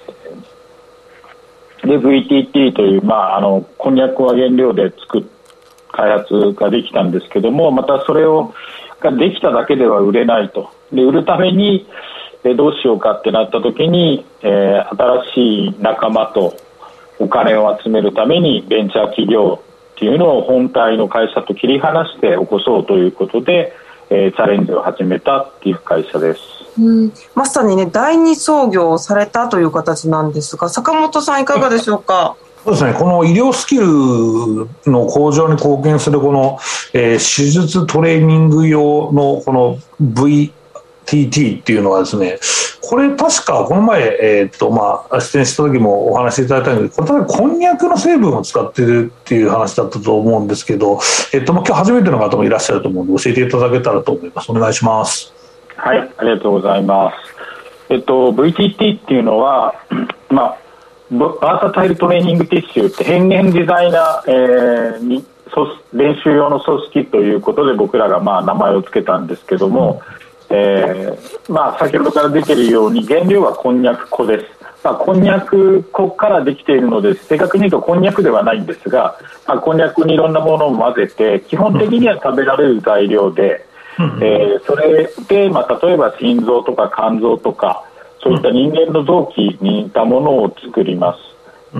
VTT という、こんにゃくは原料で開発ができたんですけども、またそれができただけでは売れないと。で売るためにどうしようかってなった時に、新しい仲間とお金を集めるためにベンチャー企業っていうのを本体の会社と切り離して起こそうということで、チャレンジを始めたっていう会社です。 まさにね、第二創業をされたという形なんですが、坂本さんいかがでしょうか。 そうですね、この医療スキルの向上に貢献するこの、手術トレーニング用のこの VTT っていうのはですね、これ確かこの前、出演した時もお話しいただいたんですけど、これ例えばこんにゃくの成分を使っているっていう話だったと思うんですけど、今日初めての方もいらっしゃると思うので教えていただけたらと思います。お願いします。 はい、ありがとうございます。VTT っていうのは、バーサタイルトレーニングティッシュって変幻自在な、練習用の組織ということで僕らが名前を付けたんですけども、先ほどから出ているように原料はこんにゃく粉です。こんにゃく粉からできているので正確に言うとこんにゃくではないんですが、こんにゃくにいろんなものを混ぜて基本的には食べられる材料で、それで、例えば心臓とか肝臓とかそういった人間の臓器に似たものを作ります。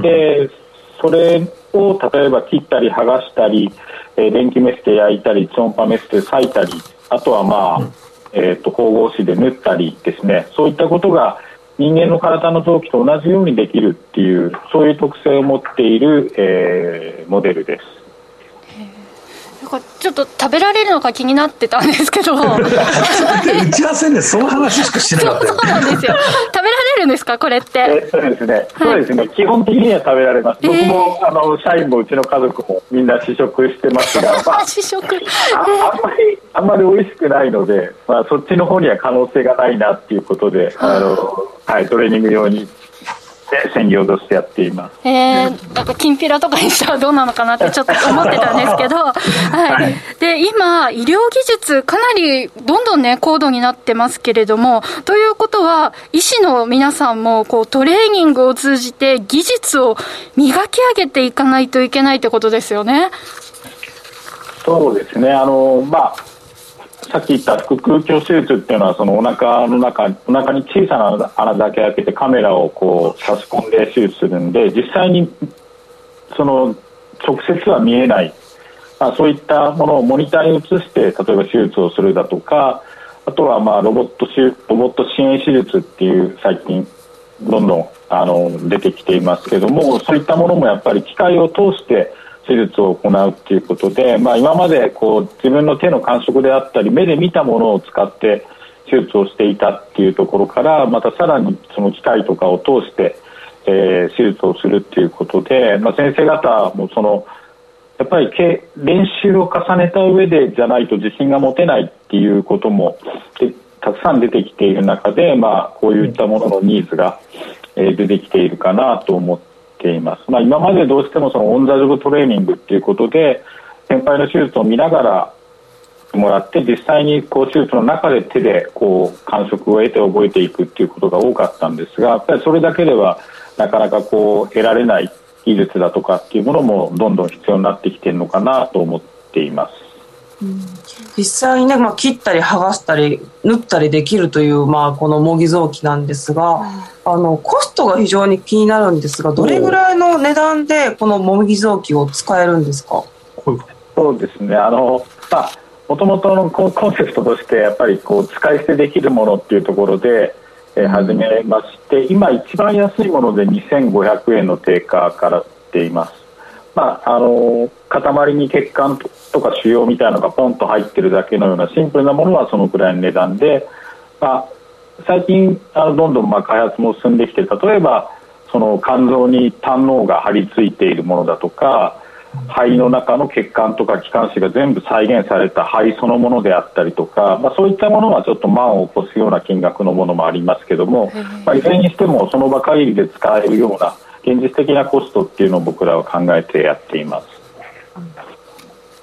でそれを例えば切ったり剥がしたり、電気メスで焼いたり超音波メスで裂いたり、あとは光合紙で縫ったりですね、そういったことが人間の体の臓器と同じようにできるっていう、そういう特性を持っている、モデルです。 ちょっと食べられるのか気になってたんですけど打ち合わせでその話しかしてなかったよ。 そうなんですよ。食べられるんですかこれって。 そうですね、基本的には食べられます。僕も社員もうちの家族もみんな試食してますが、 試食あんまり美味しくないので、そっちの方には可能性がないなっていうことで、トレーニング用に専業としてやっています。 なんかきんぴらとかにしたらどうなのかなってちょっと思ってたんですけど、で今医療技術かなりどんどんね高度になってますけれども、ということは医師の皆さんもトレーニングを通じて技術を磨き上げていかないといけないってことですよね。 そうですね、さっき言った腹腔鏡手術っていうのはそのお腹に小さな穴だけ開けてカメラを差し込んで手術するんで、実際にその直接は見えない、そういったものをモニターに移して例えば手術をするだとか、あとはロボット支援手術っていう最近どんどん出てきていますけども、そういったものもやっぱり機械を通して手術を行うっていうことで、今まで自分の手の感触であったり目で見たものを使って手術をしていたっていうところから、またさらにその機械とかを通して、手術をするっていうことで、先生方もやっぱり練習を重ねた上でじゃないと自信が持てないっていうこともたくさん出てきている中で、こういったもののニーズが出てきているかなと思っています。今までどうしてもオンザジョブトレーニングっていうことで先輩の手術を見ながらもらって、実際に手術の中で手で感触を得て覚えていくっていうことが多かったんですが、やっぱりそれだけではなかなか得られない技術だとかっていうものもどんどん必要になってきているのかなと思っています。 実際にね、切ったり剥がしたり縫ったりできるという、この模擬臓器なんですが、コストが非常に気になるんですが、どれぐらいの値段でこの模擬臓器を使えるんですか？ そうですね、もともとのコンセプトとしてやっぱり使い捨てできるものっていうところで、始めまして、今一番安いもので2500円の定価からしています。 塊に血管とか腫瘍みたいなのがポンと入ってるだけのようなシンプルなものはそのくらいの値段で、最近どんどん開発も進んできて、例えばその肝臓に胆のうが張り付いているものだとか、肺の中の血管とか気管支が全部再現された肺そのものであったりとか、そういったものはちょっと万を起こすような金額のものもありますけども、いずれにしてもその場限りで使えるような現実的なコストっていうのを僕らは考えてやっています。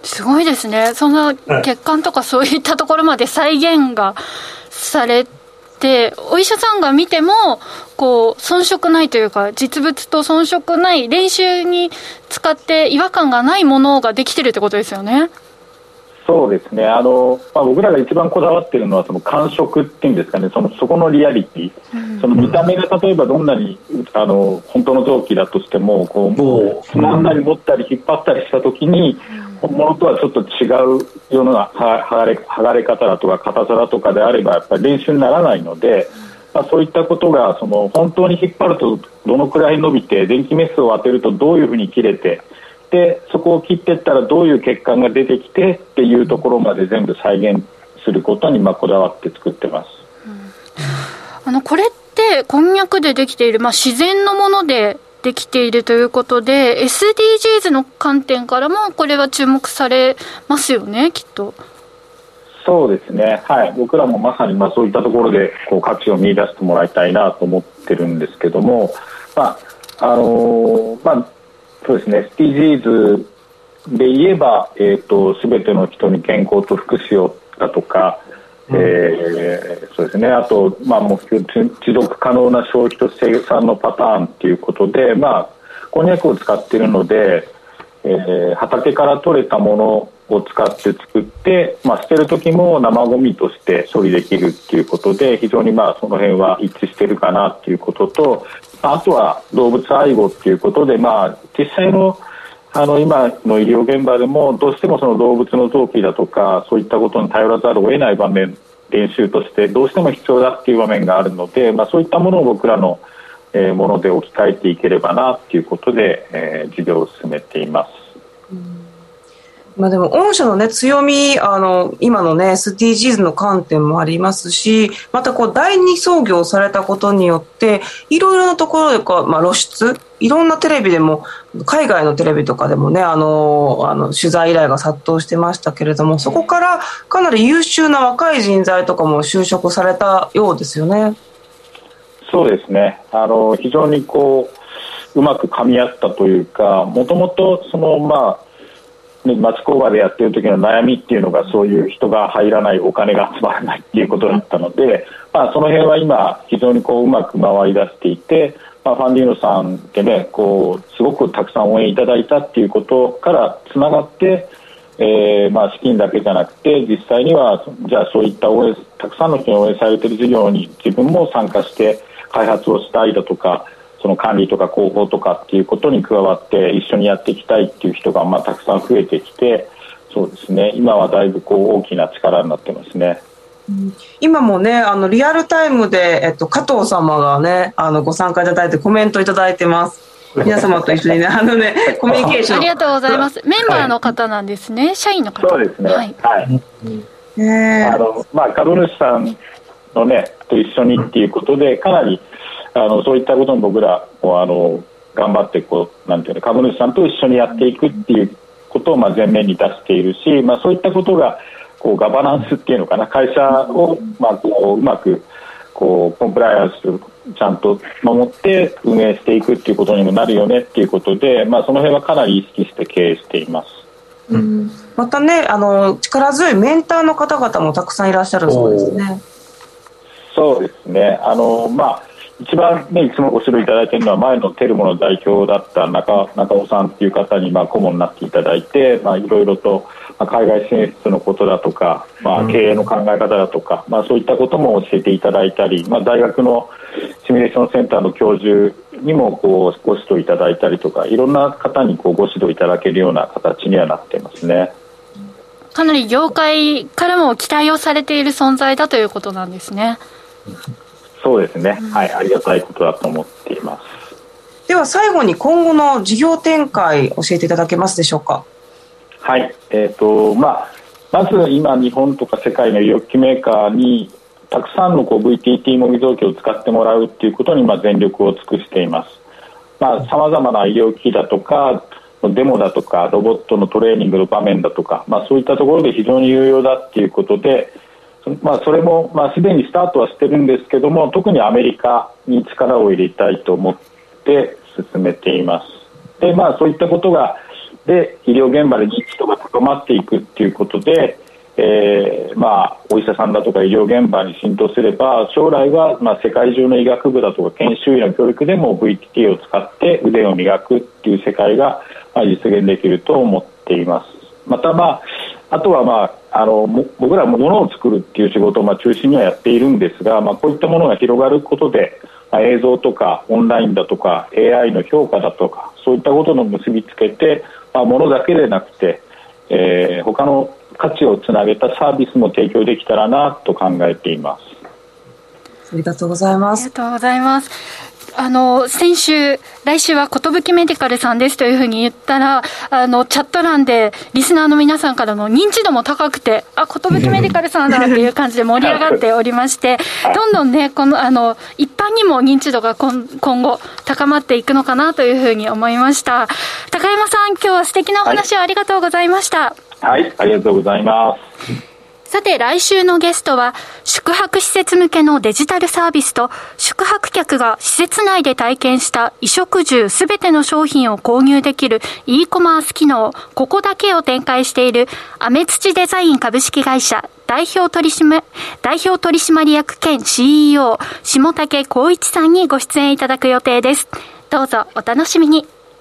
すごいですね。その血管とかそういったところまで再現がされて、お医者さんが見ても遜色ないというか、実物と遜色ない、練習に使って違和感がないものができてるってことですよね。 そうですね。僕らが一番こだわっているのはその感触っていうんですかね、そこのリアリティ、その見た目が例えばどんなに本当の臓器だとしてもつまんだり持ったり引っ張ったりした時に、本物とはちょっと違うような剥がれ方だとか硬さだとかであればやっぱり練習にならないので、そういったことが本当に引っ張るとどのくらい伸びて、電気メスを当てるとどういうふうに切れて、でそこを切っていったらどういう血管が出てきてっていうところまで全部再現することにこだわって作ってます。 これってこんにゃくでできている、自然のものでできているということで SDGs の観点からもこれは注目されますよね、きっと。 そうですね、はい、僕らもまさにそういったところで価値を見出してもらいたいなと思ってるんですけども、そうですね、SDGs で言えば、全ての人に健康と福祉をだとか、そうですね、あと、目標持続可能な消費と生産のパターンということで、こんにゃくを使っているので、畑から取れたものを使って作って、捨てる時も生ゴミとして処理できるということで、非常にその辺は一致しているかなということと、あとは動物愛護ということで、実際の今の医療現場でもどうしてもその動物の臓器だとかそういったことに頼らざるを得ない場面、練習としてどうしても必要だっていう場面があるので、そういったものを僕らのもので置き換えていければなということで、事業を進めています。 でも御社のね強み、今のね SDGs の観点もありますし、また第二創業されたことによっていろいろなところで露出、いろんなテレビでも海外のテレビとかでもね取材依頼が殺到してましたけれども、そこからかなり優秀な若い人材とかも就職されたようですよね。 そうですね、非常にうまく噛み合ったというか、もともと町工場でやってる時の悩みっていうのがそういう人が入らない、お金が集まらないっていうことだったので、その辺は今非常にうまく回り出していて、ファンディーノさんでねすごくたくさん応援いただいたっていうことからつながって、資金だけじゃなくて実際にはじゃあそういったたくさんの人に応援されている事業に自分も参加して開発をしたいだとか、その管理とか広報とかっていうことに加わって一緒にやっていきたいっていう人がたくさん増えてきて、そうですね、今はだいぶ大きな力になってますね。 今もねリアルタイムで、加藤様がねご参加いただいてコメントいただいてます。皆様と一緒にねコミュニケーションありがとうございます。メンバーの方なんですね、社員の方。 そうですね、はい、株主さんのねと一緒にっていうことで、かなりそういったことも僕らも頑張ってなんていうの、株主さんと一緒にやっていくっていうことを前面に出しているし、そういったことがガバナンスっていうのかな、会社をうまくコンプライアンスをちゃんと守って運営していくっていうことにもなるよねっていうことで、その辺はかなり意識して経営しています。 またね力強いメンターの方々もたくさんいらっしゃるそうですね。 そうですね、一番ねいつもご指導いただいているのは前のテルモの代表だった中尾さんという方に顧問になっていただいて、いろいろと海外進出のことだとか、経営の考え方だとか、そういったことも教えていただいたり、大学のシミュレーションセンターの教授にもご指導いただいたりとか、いろんな方にご指導いただけるような形にはなっていますね。 かなり業界からも期待をされている存在だということなんですね。 そうですね、はい、ありがたいことだと思っています。 では最後に今後の事業展開教えていただけますでしょうか。 はい、まず今日本とか世界の医療機メーカーにたくさんのVTT 模擬臓器を使ってもらうっていうことに全力を尽くしています。さまざまな医療機器だとかデモだとかロボットのトレーニングの場面だとか、そういったところで非常に有用だっていうことで、それもすでにスタートはしてるんですけども、特にアメリカに力を入れたいと思って進めています。で、そういったことで医療現場で認知度が高まっていくっていうことで、お医者さんだとか医療現場に浸透すれば、将来は世界中の医学部だとか研修医の協力でも VTT を使って腕を磨くっていう世界が実現できると思っています。またあとは僕らも物を作るっていう仕事を中心にはやっているんですが、こういったものが広がることで、映像とかオンラインだとか AI の評価だとか、そういったことの結びつけて、物だけでなくて、他の価値をつなげたサービスも提供できたらなと考えています。 ありがとうございます。 ありがとうございます。先週、来週は寿メディカルさんですというふうに言ったら、チャット欄でリスナーの皆さんからの認知度も高くて、寿メディカルさんだっていう感じで盛り上がっておりまして、どんどんね、一般にも認知度が今後高まっていくのかなというふうに思いました。高山さん、今日は素敵なお話をありがとうございました。 はい、ありがとうございます。 さて、来週のゲストは、宿泊施設向けのデジタルサービスと、宿泊客が施設内で体験した衣食住すべての商品を購入できる e コマース機能、ここだけを展開している、アメツチデザイン株式会社、代表取締役兼 CEO、下竹光一さんにご出演いただく予定です。どうぞお楽しみに。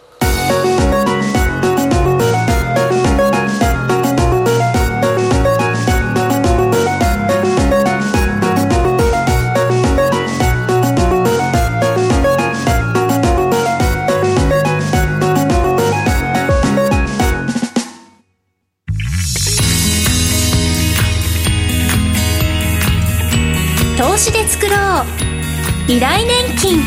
投資で作ろう未来年金。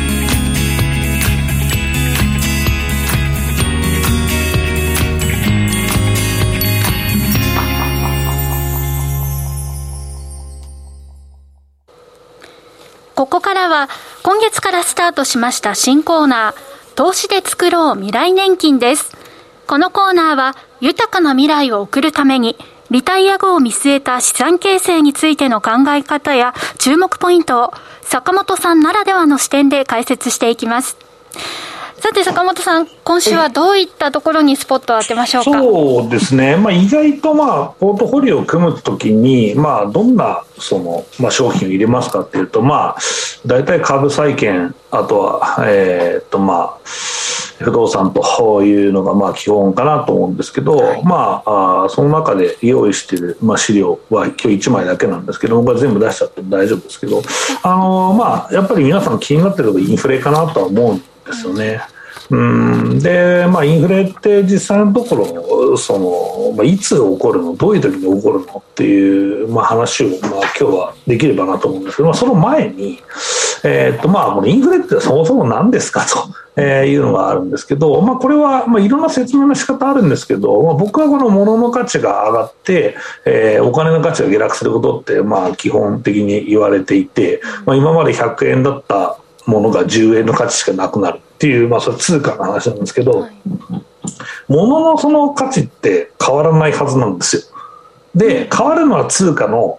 ここからは今月からスタートしました新コーナー、投資で作ろう未来年金です。このコーナーは豊かな未来を送るためにリタイア後を見据えた資産形成についての考え方や注目ポイントを坂本さんならではの視点で解説していきます。さて坂本さん、今週はどういったところにスポットを当てましょうか。 そうですね、意外とポートフォリオを組むときに、どんな商品を入れますかっていうと、大体株債券、あとは、不動産というのが基本かなと思うんですけど、その中で用意している、資料は今日1枚だけなんですけど、これ全部出しちゃっても大丈夫ですけど、やっぱり皆さん気になってるのがインフレかなとは思うんですよね。で、インフレって実際のところいつ起こるの、どういう時に起こるのっていう、話を、今日はできればなと思うんですけど、その前に、インフレってそもそも何ですかというのがあるんですけど、これはいろんな説明の仕方あるんですけど、僕はこの物の価値が上がって、お金の価値が下落することって基本的に言われていて、今まで100円だったものが10円の価値しかなくなるっていう、それ通貨の話なんですけど、物のその価値って変わらないはずなんですよ。で、変わるのは通貨の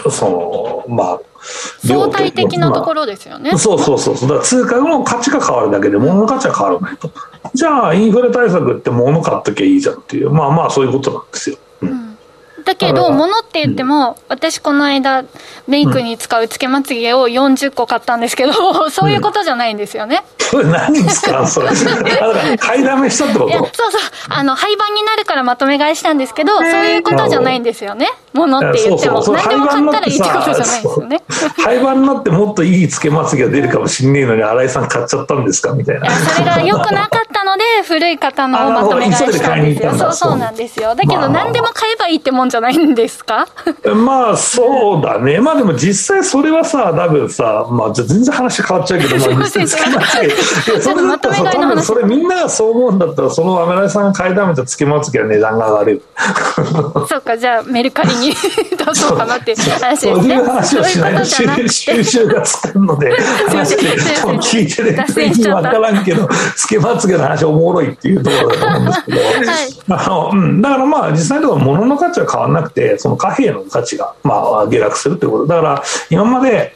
相対的なところですよね。 そうだから通貨の価値が変わるだけで物の価値は変わらないと。じゃあインフレ対策って物買っときゃいいじゃんっていう、そういうことなんですよ。 だけど物って言っても、私この間メイクに使うつけまつげを40個買ったんですけど、そういうことじゃないんですよね。 それ何ですかそれ。だから買いだめしたってこと。 そう廃盤になるからまとめ買いしたんですけど、そういうことじゃないんですよね。物って言っても何でも買ったらいいってことじゃないですよね。 廃盤になってもっといいつけまつげが出るかもしんねえのに新井さん買っちゃったんですかみたいな。 それが良くなかったのので古い方のをまとめ買いしたんですよ。そうなんですよ。だけど何でも買えばいいってもんじゃないんですか？ まあそうだね。まあでも実際それはさ、多分さ、まあ全然話変わっちゃうけど、まあ実際つけまつげ、それだったらさ、多分それみんながそう思うんだったら、そのアメライさんが買いだめたつけまつげは値段が上がる。そうか、じゃあメルカリに出そうかなっていう話ですね。 そういう話をしないと収集がつくので、話で聞いてる人に分からんけど、つけまつげの話おもろいっていうところだと思うんですけど、だからまあ実際のところ物の価値は変わらなくて、その貨幣の価値がまあ下落するということだから、今まで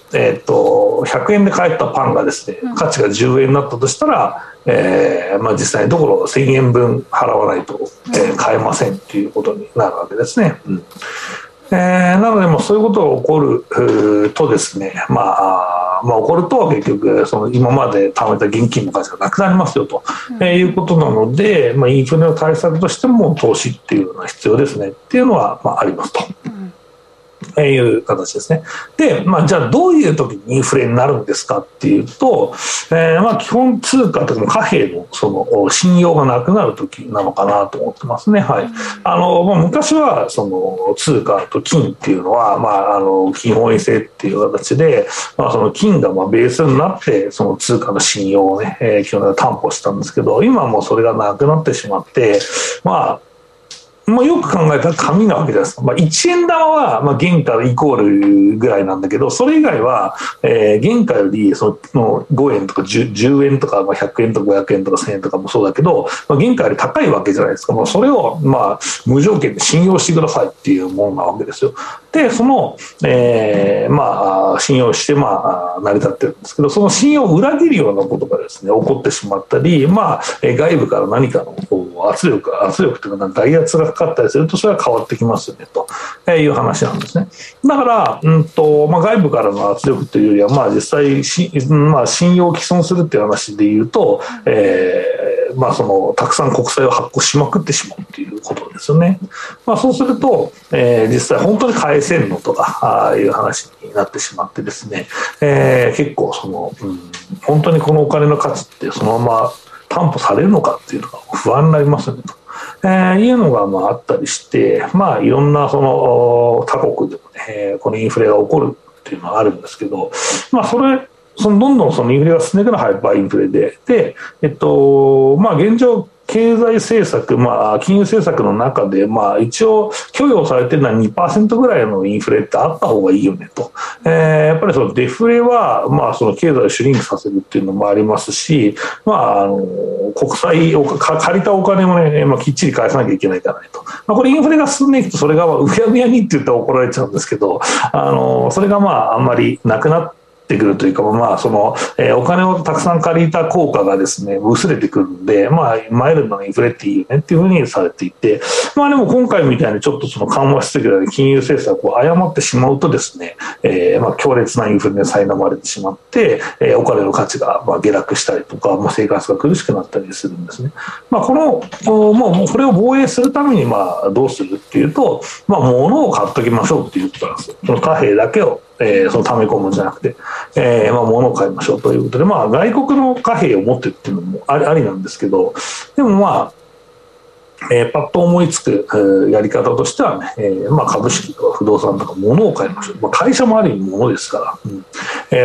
100円で買えたパンがですね、価値が10円になったとしたら、まあ実際のところ1000円分払わないと、買えませんということになるわけですね。なのでもうそういうことが起こるとですね、まあ起こると結局その今まで貯めた現金の価値がなくなりますよと、いうことなので、まあ、インフレの対策としても投資っていうのが必要ですねっていうのはまあありますと。いう形ですね。で、まあ、じゃあどういう時にインフレになるんですかっていうと、まあ基本通貨とか貨幣のその信用がなくなる時なのかなと思ってますね。はい。まあ、昔はその通貨と金っていうのは、まあ金本位制っていう形で、まあその金がまあベースになってその通貨の信用をね、基本的に担保したんですけど、今はもうそれがなくなってしまって、まあよく考えたら紙なわけじゃないですか。まあ、1円玉はまあ原価イコールぐらいなんだけど、それ以外は原価よりその5円とか 10円とか100円とか500円とか1000円とかもそうだけど、まあ、原価より高いわけじゃないですか。まあ、それをまあ無条件で信用してくださいっていうものなわけですよ。で、その、まあ信用してまあ成り立ってるんですけど、その信用を裏切るようなことがですね起こってしまったり、まあ外部から何かの圧力というか外圧がかかったりするとそれは変わってきますよねという話なんですね。だから、まあ、外部からの圧力というよりは、まあ、実際まあ、信用を毀損するっていう話でいうと、まあ、そのたくさん国債を発行しまくってしまうということですよね。まあ、そうすると、実際本当に返せんのとかいう話になってしまってですね、結構その、本当にこのお金の価値ってそのまま担保されるのかっていうのが不安になりますよねと、いうのがまああったりして、まあいろんなその他国でもね、このインフレが起こるっていうのはあるんですけど、まあそのどんどんそのインフレが進んでいくのはハイパーインフレで、まあ現状経済政策、まあ、金融政策の中で、まあ、一応許容されているのは 2% ぐらいのインフレってあった方がいいよねと、やっぱりそのデフレは、まあ、その経済をシュリンクさせるっていうのもありますし、まあ、国債を借りたお金もね、まあ、きっちり返さなきゃいけないからねと、まあ、これインフレが進んでいくとそれがうやむやにって言ったら怒られちゃうんですけど、それがまああんまりなくなってくるというか、まあ、そのお金をたくさん借りた効果がですね薄れてくるんで、まあ、マイルドなインフレっていいよねっていうふうにされていて、まあ、でも今回みたいにちょっとその緩和しすぎる金融政策を誤ってしまうとですね、まあ、強烈なインフレに苛まれてしまって、お金の価値がまあ下落したりとか、まあ、生活が苦しくなったりするんですね。まあ、もうこれを防衛するためにまあどうするっていうと、まあ、物を買っときましょうっていうことなんですよ。その貨幣だけをその溜め込むんじゃなくて、まあ、物を買いましょうということで、まあ、外国の貨幣を持ってるっていうのもありなんですけど、でもまあ、パッと思いつくやり方としてはね、まあ、株式とか不動産とか物を買いましょう、まあ、会社もある意味物ですから、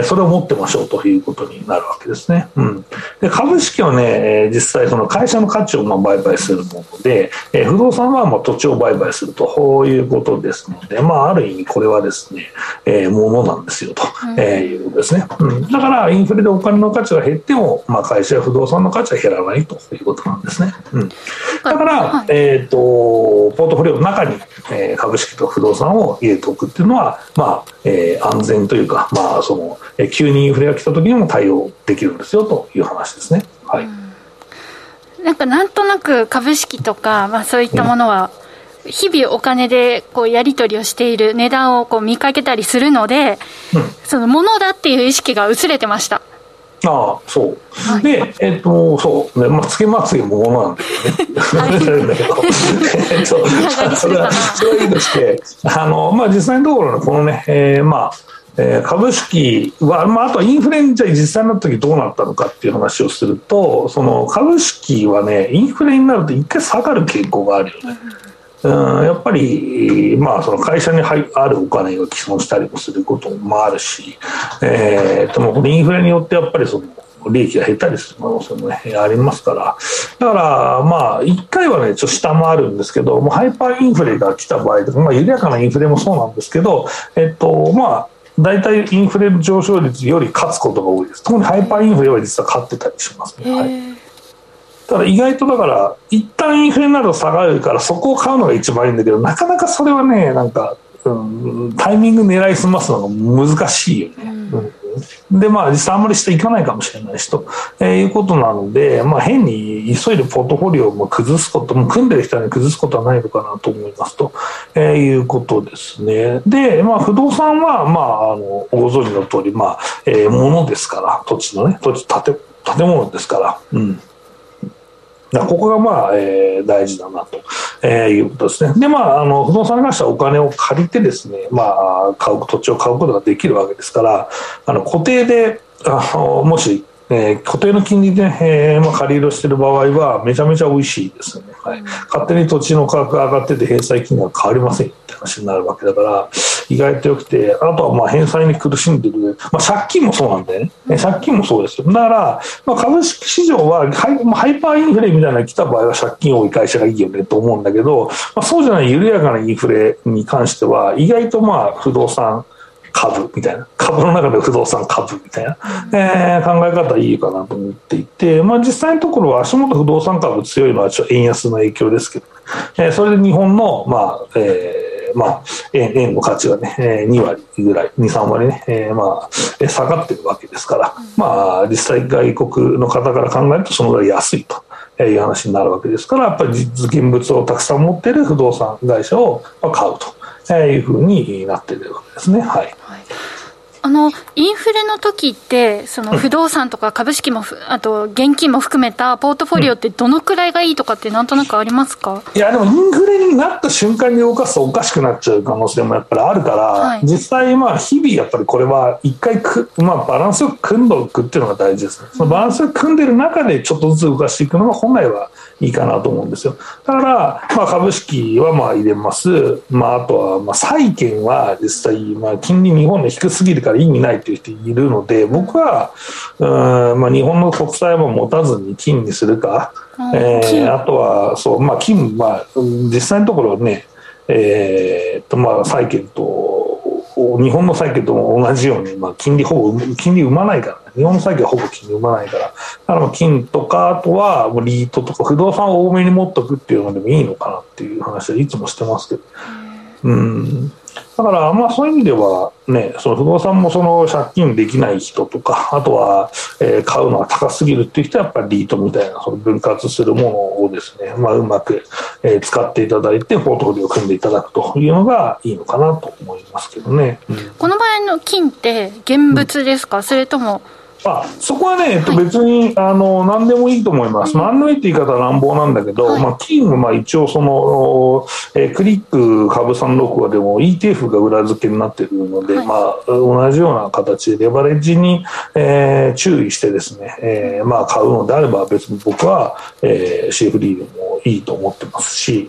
それを持ってましょうということになるわけですね。で株式はね、実際その会社の価値をまあ売買するもので、不動産はまあ土地を売買するということですので、まあ、ある意味これはですね、物なんですよということですね。だからインフレでお金の価値が減っても、まあ、会社や不動産の価値は減らないということなんですね。だからポートフォリオの中に、株式と不動産を入れておくっていうのは、まあ安全というか、まあ、その急にインフレが来た時にも対応できるんですよという話ですね。はい。 なんとなく株式とか、まあ、そういったものは日々お金でこうやり取りをしている値段をこう見かけたりするので、そのものだっていう意識が薄れてました。 ああ、そう。はい、で、そうね、まあ、つけまつげもものなんだけどね。それはいいとして、まあ、実際のところのこのね、まあ、 株式は、あとはインフレにじゃあ実際になった時どうなったのかっていう話をすると、その株式はね、インフレになると一回下がる傾向があるよね。やっぱり、その会社にあるお金が既存したりもすることもあるし、このインフレによってやっぱりその利益が減ったりする可能性も、ね、ありますから、だから1回はねちょっと下回るんですけど、もうハイパーインフレが来た場合とか、緩やかなインフレもそうなんですけど、大体インフレの上昇率より勝つことが多いです。特にハイパーインフレは実は勝ってたりしますね。はい、ただ意外とだから一旦インフレになると下がるからそこを買うのが一番いいんだけど、なかなかそれはねタイミング狙いすますのが難しいよね。で実際あんまり下行かないかもしれないしと、いうことなので、変に急いでポートフォリオを崩すことも、組んでる人に崩すことはないのかなと思いますと、いうことですね。で、不動産はご存知の通り物ですから、土地のね、建物ですから、ここが大事だなと、いうことですね。で不動産に関してはお金を借りてですね、土地を買うことができるわけですから、固定でもし、固定の金利で、借り入れをしている場合はめちゃめちゃ美味しいですよね。はい、勝手に土地の価格が上がってて返済金額変わりませんって話になるわけだから、意外と良くて、あとは返済に苦しんでる、借金もそうなんでね、借金もそうですよ。だから、株式市場はハイパーインフレみたいなのが来た場合は借金多い会社がいいよねと思うんだけど、そうじゃない緩やかなインフレに関しては意外と不動産株みたいな、株の中で不動産株みたいな、考え方はいいかなと思っていて、実際のところは足元不動産株強いのは円安の影響ですけど、それで日本の円の価値がね、2割ぐらい、2、3割ね、下がってるわけですから、実際外国の方から考えるとそのぐらい安いという話になるわけですから、やっぱり現物をたくさん持っている不動産会社を買うというふうになっているわけですね。はい。 インフレの時ってその不動産とか株式もあと現金も含めたポートフォリオってどのくらいがいいとかってなんとなくありますか？ いやでもインフレになった瞬間に動かすとおかしくなっちゃう可能性もやっぱりあるから、実際日々やっぱりこれは一回バランスよく組んでおくっていうのが大事ですね。そのバランスよく組んでる中でちょっとずつ動かしていくのが本来はいいかなと思うんですよ。だから、株式は入れます。あとは債券は実際金利日本で低すぎるから意味ないという人いるので、僕は日本の国債は持たずに金にするか、あとは金は実際のところね、債券と日本の債券とも同じように、金利生まないから、ね、日本の債券はほぼ金利生まないから、だから金とかあとはリートとか不動産を多めに持っとくっていうのでもいいのかなっていう話はいつもしてますけど、だからそういう意味ではね、その不動産もその借金できない人とか、あとは、買うのが高すぎるっていう人はやっぱりリートみたいなその分割するものをですね、うまく、使っていただいてポートフォリオを組んでいただくというのがいいのかなと思いますけどね。 この場合の金って現物ですか、それともそこはね、別に何でもいいと思います。何でもいいって言い方は乱暴なんだけど、金は一応その、クリック株365でも ETF が裏付けになっているので、同じような形でレバレッジに、注意してですね、買うのであれば別に僕は、CFD でもいいと思ってますし、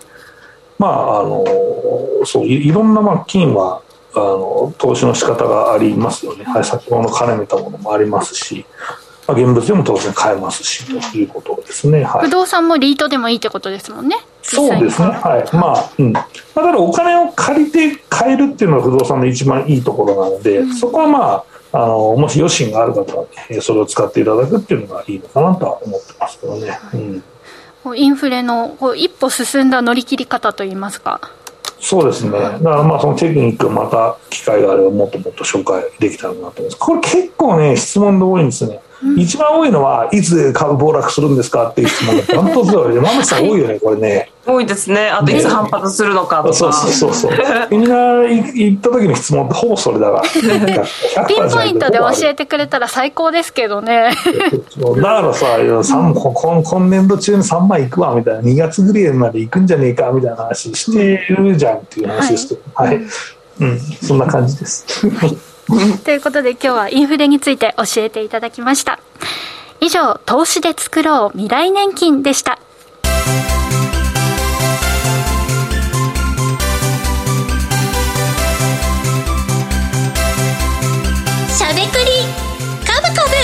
そういろんな金は投資の仕方がありますよね。先ほどの絡めたものもありますし、現物でも当然買えますしということですね。 不動産もリートでもいいってことですもんね。 そうですね。はい。だからお金を借りて買えるっていうのが不動産の一番いいところなので、そこはもし余震がある方は、それを使っていただくっていうのがいいのかなとは思ってますけどね。 インフレの一歩進んだ乗り切り方といいますか。 そうですね。だからそのテクニックをまた機会があればもっともっと紹介できたらなと思います。これ結構ね、質問で多いんですね。一番多いのはいつ株暴落するんですかっていう質問がダントツだよね。ママさん多いよね、これね。 多いですね。あといつ反発するのかとか。 そうみんな行った時の質問ってほぼそれだからピンポイントで教えてくれたら最高ですけどね。 だからさ、今年度中に3万いくわみたいな、2月ぐらいまで行くんじゃねえかみたいな話してるじゃんっていう話ですけど、そんな感じです。 ということで今日はインフレについて教えていただきました。以上、投資で作ろう未来年金でした。 しゃべくりカブカブ。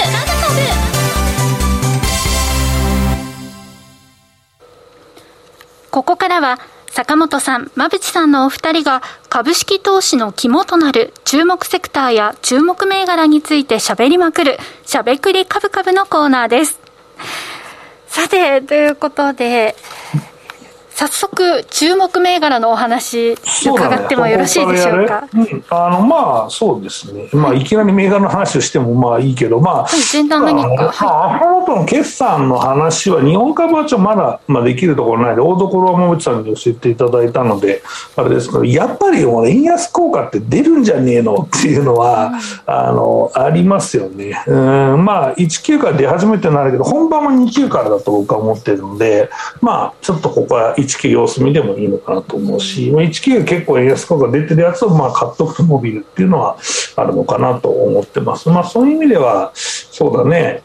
ここからは坂本さん、馬淵さんのお二人が株式投資の肝となる注目セクターや注目銘柄について喋りまくるしゃべくりカブカブのコーナーです。さて、ということで早速注目銘柄のお話伺ってもよろしいでしょうか。 まあそうですね、いきなり銘柄の話をしてもまあいいけど、 前段何かアフロトの決算の話は日本株はまだ、できるところないで、大所は馬淵さんに教えていただいたのであれですけど、やっぱり円安効果って出るんじゃねえのっていうのは、ありますよね。19から出始めてないけど本番は29からだと僕は思ってるので、ちょっとここは19様子見でもいいのかなと思うし、19が結構円安効果出てるやつを買っとくと伸びるっていうのはあるのかなと思ってます。そういう意味ではそうだね、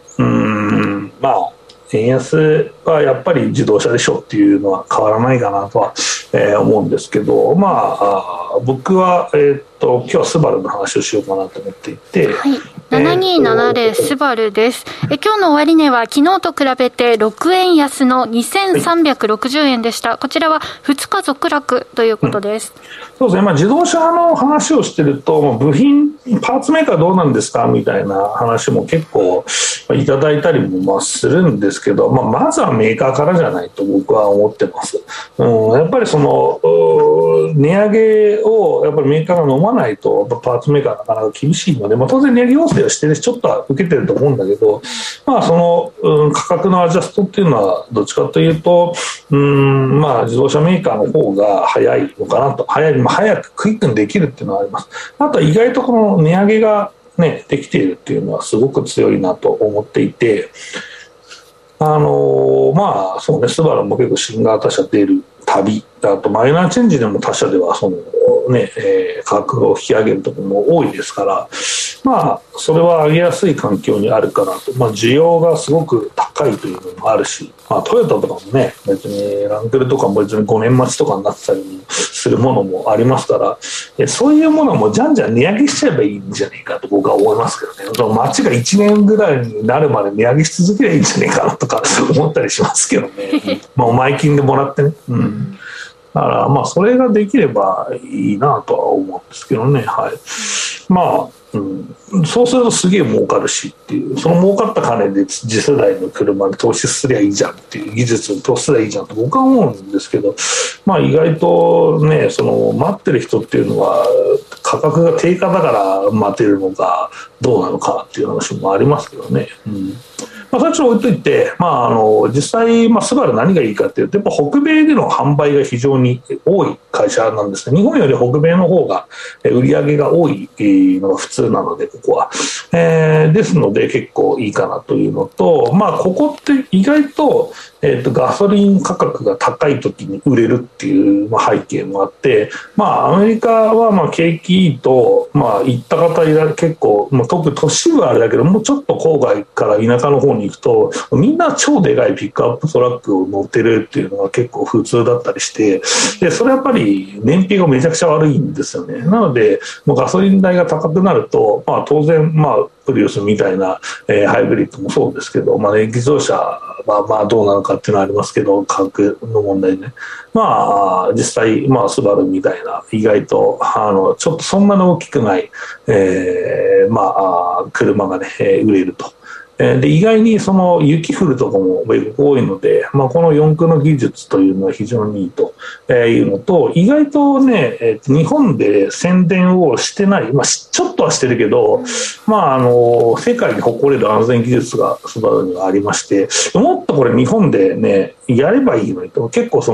円安はやっぱり自動車でしょっていうのは変わらないかなとは、思うんですけど、僕は、今日はスバルの話をしようかなと思っていて、 7270スバルです。今日の終値は昨日と比べて6円安の2360円でした。こちらは2日続落ということです。 そうですね、自動車の話をしてると部品パーツメーカーどうなんですかみたいな話も結構いただいたりもするんですけど、まずはメーカーからじゃないと僕は思ってます。やっぱりその値上げをやっぱりメーカーが飲まないとパーツメーカーなかなか厳しいので、当然値上げ要請はしてるしちょっとは受けてると思うんだけど、その、価格のアジャストっていうのはどっちかというと自動車メーカーの方が早いのかなと、早くクイックにできるっていうのはあります。あとは意外とこの値上げができているっていうのはすごく強いなと思っていて、そうね、スバルも結構新型車出るたび、あとマイナーチェンジでも他社ではその価格を引き上げるところも多いですから、それは上げやすい環境にあるかなと、需要がすごく高いというのもあるし、トヨタとかもね、別にランクルとかも別に5年待ちとかになってたりするものもありますから、そういうものもじゃんじゃん値上げしちゃえばいいんじゃないかと僕は思いますけどね。その街が1年ぐらいになるまで値上げし続ければいいんじゃないかなとか思ったりしますけどね。前金でもらってね。だからそれができればいいなとは思うんですけどね。そうするとすげえ儲かるしっていう、その儲かった金で次世代の車に投資すりゃいいじゃんっていう、技術に投資すりゃいいじゃんと僕は思うんですけど、意外とね、その待ってる人っていうのは価格が低下だから待てるのかどうなのかっていう話もありますけどね。そっちを置いといて、実際、スバル何がいいかっていうと、やっぱ北米での販売が非常に多い会社なんですね。日本より北米の方が売り上げが多いのが普通なので、ここは。ですので結構いいかなというのと、ここって意外と、ガソリン価格が高い時に売れるっていう背景もあって、アメリカは景気いいと、行った方結構、特に都市部はあれだけど、もうちょっと郊外から田舎の方に行くと、みんな超でかいピックアップトラックを乗ってるっていうのが結構普通だったりして、でそれやっぱり燃費がめちゃくちゃ悪いんですよね。なのでもうガソリン代が高くなると、当然プリウスみたいな、ハイブリッドもそうですけど、電気自動車はどうなのかっていうのはありますけど、価格の問題ね。実際スバルみたいな意外とちょっとそんなに大きくない、車がね、売れると。で意外にその雪降るところも多いので、この四駆の技術というのは非常にいいというのと、意外とね、日本で宣伝をしてない、ちょっとはしてるけど、世界に誇れる安全技術がスバルにはありまして、もっとこれ日本でねやればいいのにと、結構その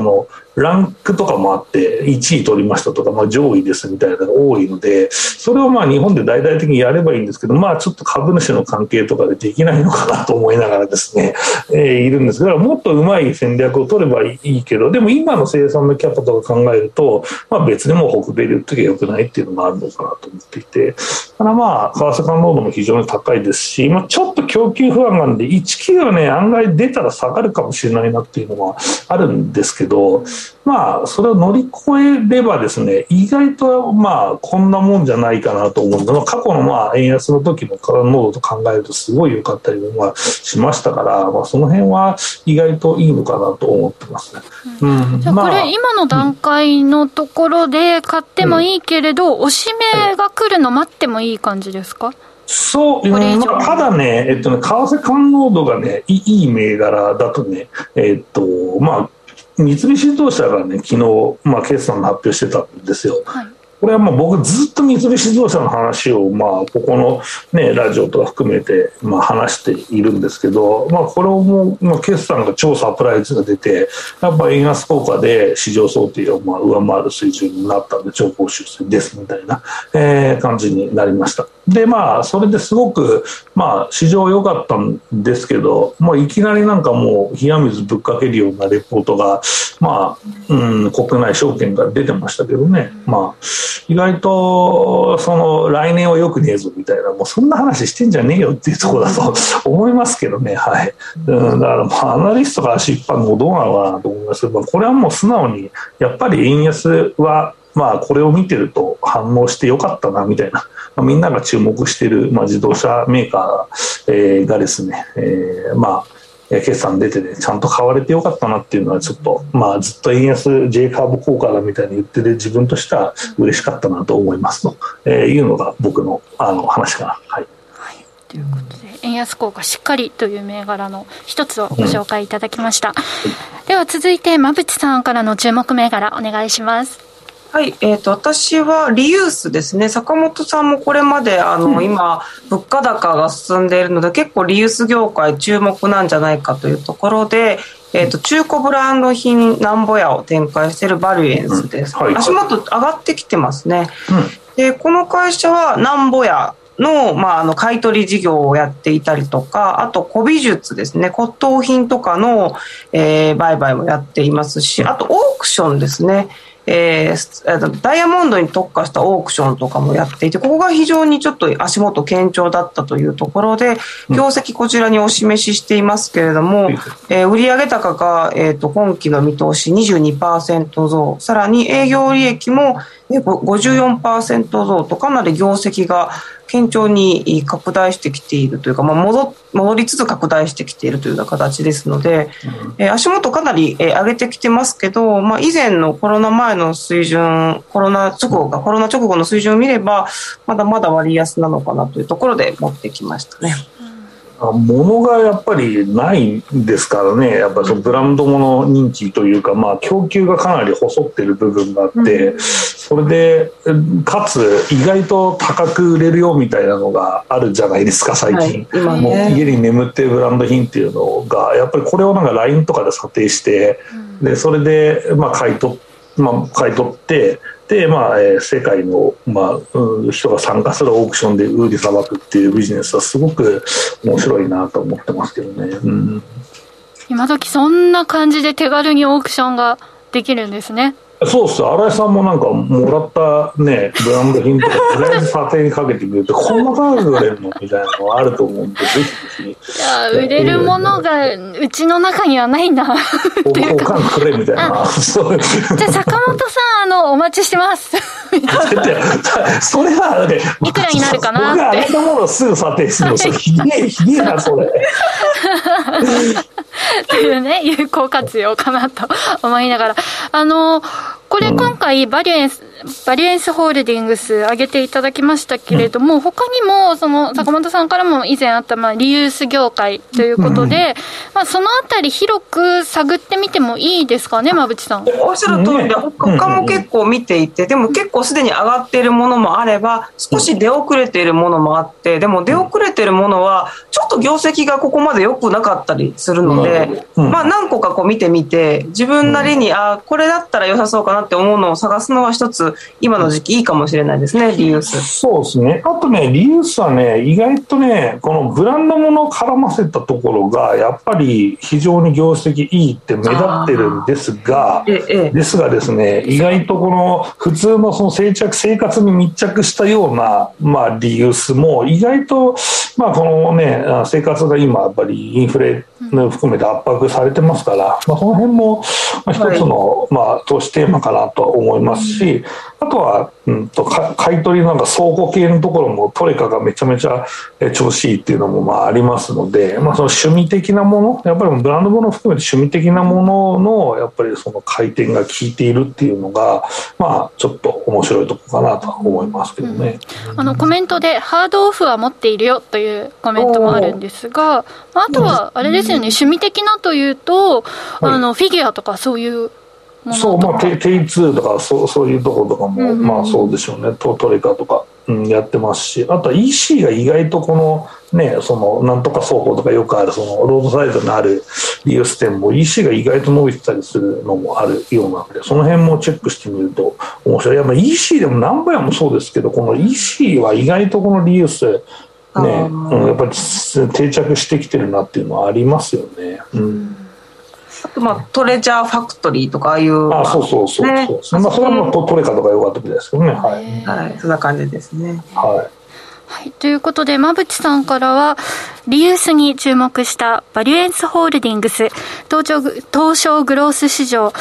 ランクとかもあって1位取りましたとか、上位ですみたいなのが多いので、それを日本で大々的にやればいいんですけど、ちょっと株主の関係とかでできないのかなと思いながらですね、いるんですが、もっとうまい戦略を取ればいいけど、でも今の生産のキャパとか考えると、別にもう北米で売っときゃよくないっていうのがあるのかなと思っていて、ただ為替感濃度も非常に高いですし、ちょっと供給不安なんで19はね、案外出たら下がるかもしれないなっていうのはあるんですけど、それを乗り越えればですね、意外とこんなもんじゃないかなと思うので、過去の円安の時の濃度と考えるとすごい良かったりもしましたから、その辺は意外といいのかなと思ってますね。 じゃあこれ今の段階のところで買ってもいいけれど、押し目が来るの待ってもいい感じですか？ そう、ただね、為替感濃度がね、いい銘柄だとね、三菱自動車がね、昨日、決算の発表してたんですよ。はい、これは僕ずっと三菱自動車の話をここの、ね、ラジオとか含めて話しているんですけど、これをもう決算が超サプライズが出て、やっぱ円安効果で市場想定を上回る水準になったんで超高修正ですみたいな、感じになりました。でそれですごく市場良かったんですけど、いきなりもう冷や水ぶっかけるようなレポートが国内証券から出てましたけどね、意外と来年はよくねえぞみたいな、もうそんな話してんじゃねえよっていうところだと思いますけどね。はい。だからアナリストから一般もどうなのかなと思いますけど、これはもう素直にやっぱり円安はこれを見てると反応してよかったなみたいな、みんなが注目している自動車メーカーがですね、決算出てね、ちゃんと買われてよかったなっていうのはちょっとずっと円安 J カーブ効果だみたいに言ってて、自分としては嬉しかったなと思いますというのが僕の話かな。はい。 ということで円安効果しっかりという銘柄の一つをご紹介いただきました。では続いて馬淵さんからの注目銘柄お願いします。 はい、私はリユースですね。坂本さんもこれまで今物価高が進んでいるので結構リユース業界注目なんじゃないかというところで、中古ブランド品なんぼやを展開しているバリエンスです。足元上がってきてますね。でこの会社はなんぼやの、買い取り事業をやっていたりとか、あと古美術ですね、骨董品とかの、売買もやっていますし、あとオークションですね、ダイヤモンドに特化したオークションとかもやっていて、ここが非常にちょっと足元堅調だったというところで、業績こちらにお示ししていますけれども、売上高が、今期の見通し 22% 増、さらに営業利益も 54% 増とかなり業績が堅調に拡大してきているというか、戻りつつ拡大してきているというような形ですので、足元かなり上げてきてますけど、以前のコロナ前の水準、コロナ直後の水準を見ればまだまだ割安なのかなというところで持ってきましたね。 物がやっぱりないんですからね、やっぱりそのブランド物人気というか、供給がかなり細っている部分があって、それでかつ意外と高く売れるよみたいなのがあるじゃないですか最近、もう家に眠っているブランド品っていうのがやっぱりこれをLINE とかで査定して、でそれで買い取ってで、世界の、人が参加するオークションで売りさばくっていうビジネスはすごく面白いなと思ってますけどね。 今時そんな感じで手軽にオークションができるんですね。 そうっす。新井さんももらったねブランド品とかとりあえず査定にかけてくれてこんな価格売れるのみたいなのがあると思うんで、ぜひぜひ。 いや売れるものがうちの中にはないなっていうか、 おかんくれみたいな。じゃあ坂本さんお待ちしてますそれはね、 いくらになるかなって。 僕があげたものをすぐ査定するの、ひでえなそれというね、有効活用かなと思いながら、これ今回バリエンスバリエンスホールディングス挙げていただきましたけれども、他にもその坂本さんからも以前あったリユース業界ということで、そのあたり広く探ってみてもいいですかね、馬淵さん。 おっしゃる通りで、他も結構見ていて、でも結構すでに上がっているものもあれば、少し出遅れているものもあって、でも出遅れているものはちょっと業績がここまで良くなかったりするので、何個か見てみて、自分なりにこれだったら良さそうかなって思うのを探すのは一つ今の時期いいかもしれないですね、リユース。 そうですね。あとね、リユースはね、意外とね、このブランドものを絡ませたところがやっぱり非常に業績いいって目立ってるんですが、ですね、意外とこの普通のその生活に密着したようなリユースも意外とこのね生活が今やっぱりインフレ含めて圧迫されてますから、その辺も一つの投資テーマかなと思いますし、あとは買い取りなんか倉庫系のところもトレカがめちゃめちゃ調子いいっていうのもありますので、その趣味的なもの、やっぱりブランドものを含めて趣味的なもののやっぱりその回転が効いているっていうのがちょっと面白いところかなと思いますけどね。 コメントでハードオフは持っているよというコメントもあるんですが、あとはあれですよね、趣味的なというと、フィギュアとかそういうものとか、 テイツーとかそういうところとかも、そうでしょうね、トレカとか、やってますし、あとは EC が意外とこのね、そのなんとか倉庫とかよくあるそのロードサイドにあるリユース店も EC が意外と伸びてたりするのもあるようなので、その辺もチェックしてみると面白い。やっぱ EC でもナンバヤもそうですけど、この EC は意外とこのリユースね、やっぱり定着してきてるなっていうのはありますよね。 あとトレジャーファクトリーとかそう、それはもうトレカとか良かったみたいですけどね。はい、 そんな感じですね。 はい、ということで馬淵さんからはリユースに注目したバリエンスホールディングス東証グロース市場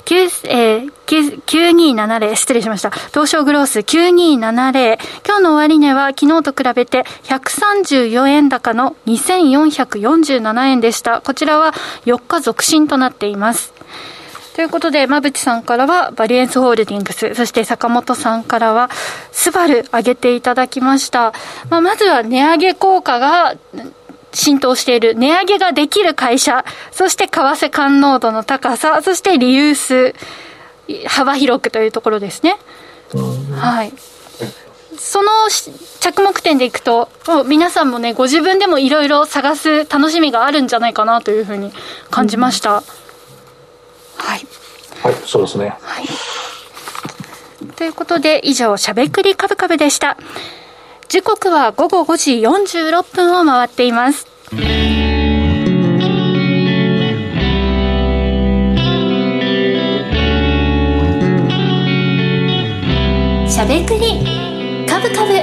9270、失礼しました。東証グロース9270、今日の終値は昨日と比べて134円高の2447円でした。こちらは4日続伸となっています。ということで馬淵さんからはバリエンスホールディングス、そして坂本さんからはスバル挙げていただきました。まずは値上げ効果が浸透している、値上げができる会社、そして為替感濃度の高さ、そしてリユース幅広くというところですね。はい。その着目点でいくと、皆さんもね、ご自分でもいろいろ探す楽しみがあるんじゃないかなというふうに感じました。はい。 はい、そうですね。 はい。ということで、以上、しゃべくりカブカブでした。時刻は午後5時46分を回っています。 しゃべくりカブカブ。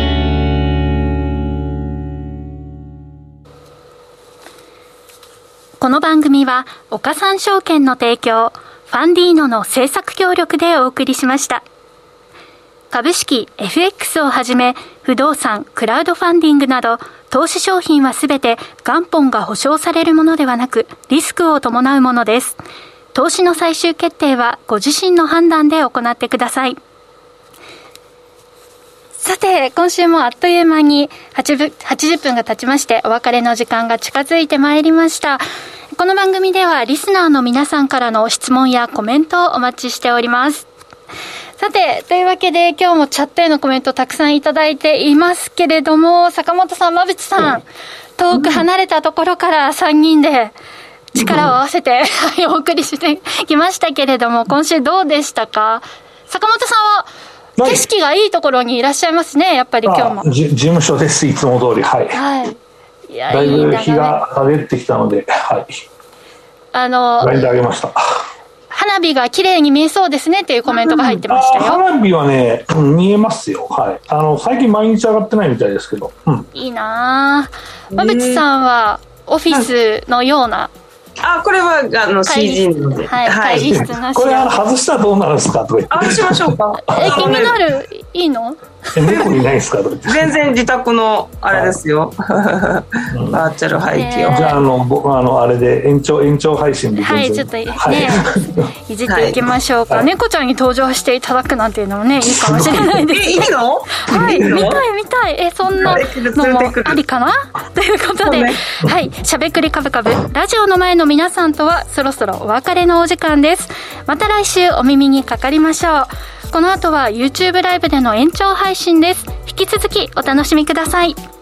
この番組は岡三証券の提供、ファンディーノの制作協力でお送りしました。株式、FX をはじめ、不動産、クラウドファンディングなど、投資商品はすべて元本が保証されるものではなく、リスクを伴うものです。投資の最終決定はご自身の判断で行ってください。さて、今週もあっという間に80分が経ちまして、お別れの時間が近づいてまいりました。この番組ではリスナーの皆さんからの質問やコメントをお待ちしております。さて、というわけで今日もチャットへのコメントたくさんいただいていますけれども、坂本さん、馬淵さん、遠く離れたところから3人で力を合わせてお送りしてきましたけれども、今週どうでしたか？坂本さんは景色がいいところにいらっしゃいますね、やっぱり今日も。 事務所です、いつも通り。はい。はい。いや、だいぶ日が陰ってきたので、はい。ラインであげました。 花火が綺麗に見えそうですねっていうコメントが入ってましたよ。 花火はね、見えますよ。はい。最近毎日上がってないみたいですけど。 いいなぁ。馬淵さんはオフィスのような。 これはCG なので。 はい。会議室なし。 これ外したらどうなるんですかとか言って。 しましょうか。 気になる、いいの？ 猫いないですか？ 全然自宅のあれですよ、バーチャル背景を。 じゃあ僕あれで延長配信でちょっとね、いじっていきましょうか。猫ちゃんに登場していただくなんていうのもね、いいかもしれないです。 いいの？ はい、見たい。そんなのもありかなということで、はい、しゃべくりカブカブ、ラジオの前の皆さんとはそろそろお別れのお時間です。また来週お耳にかかりましょう。この後は YouTube ライブでの延長配信です。引き続きお楽しみください。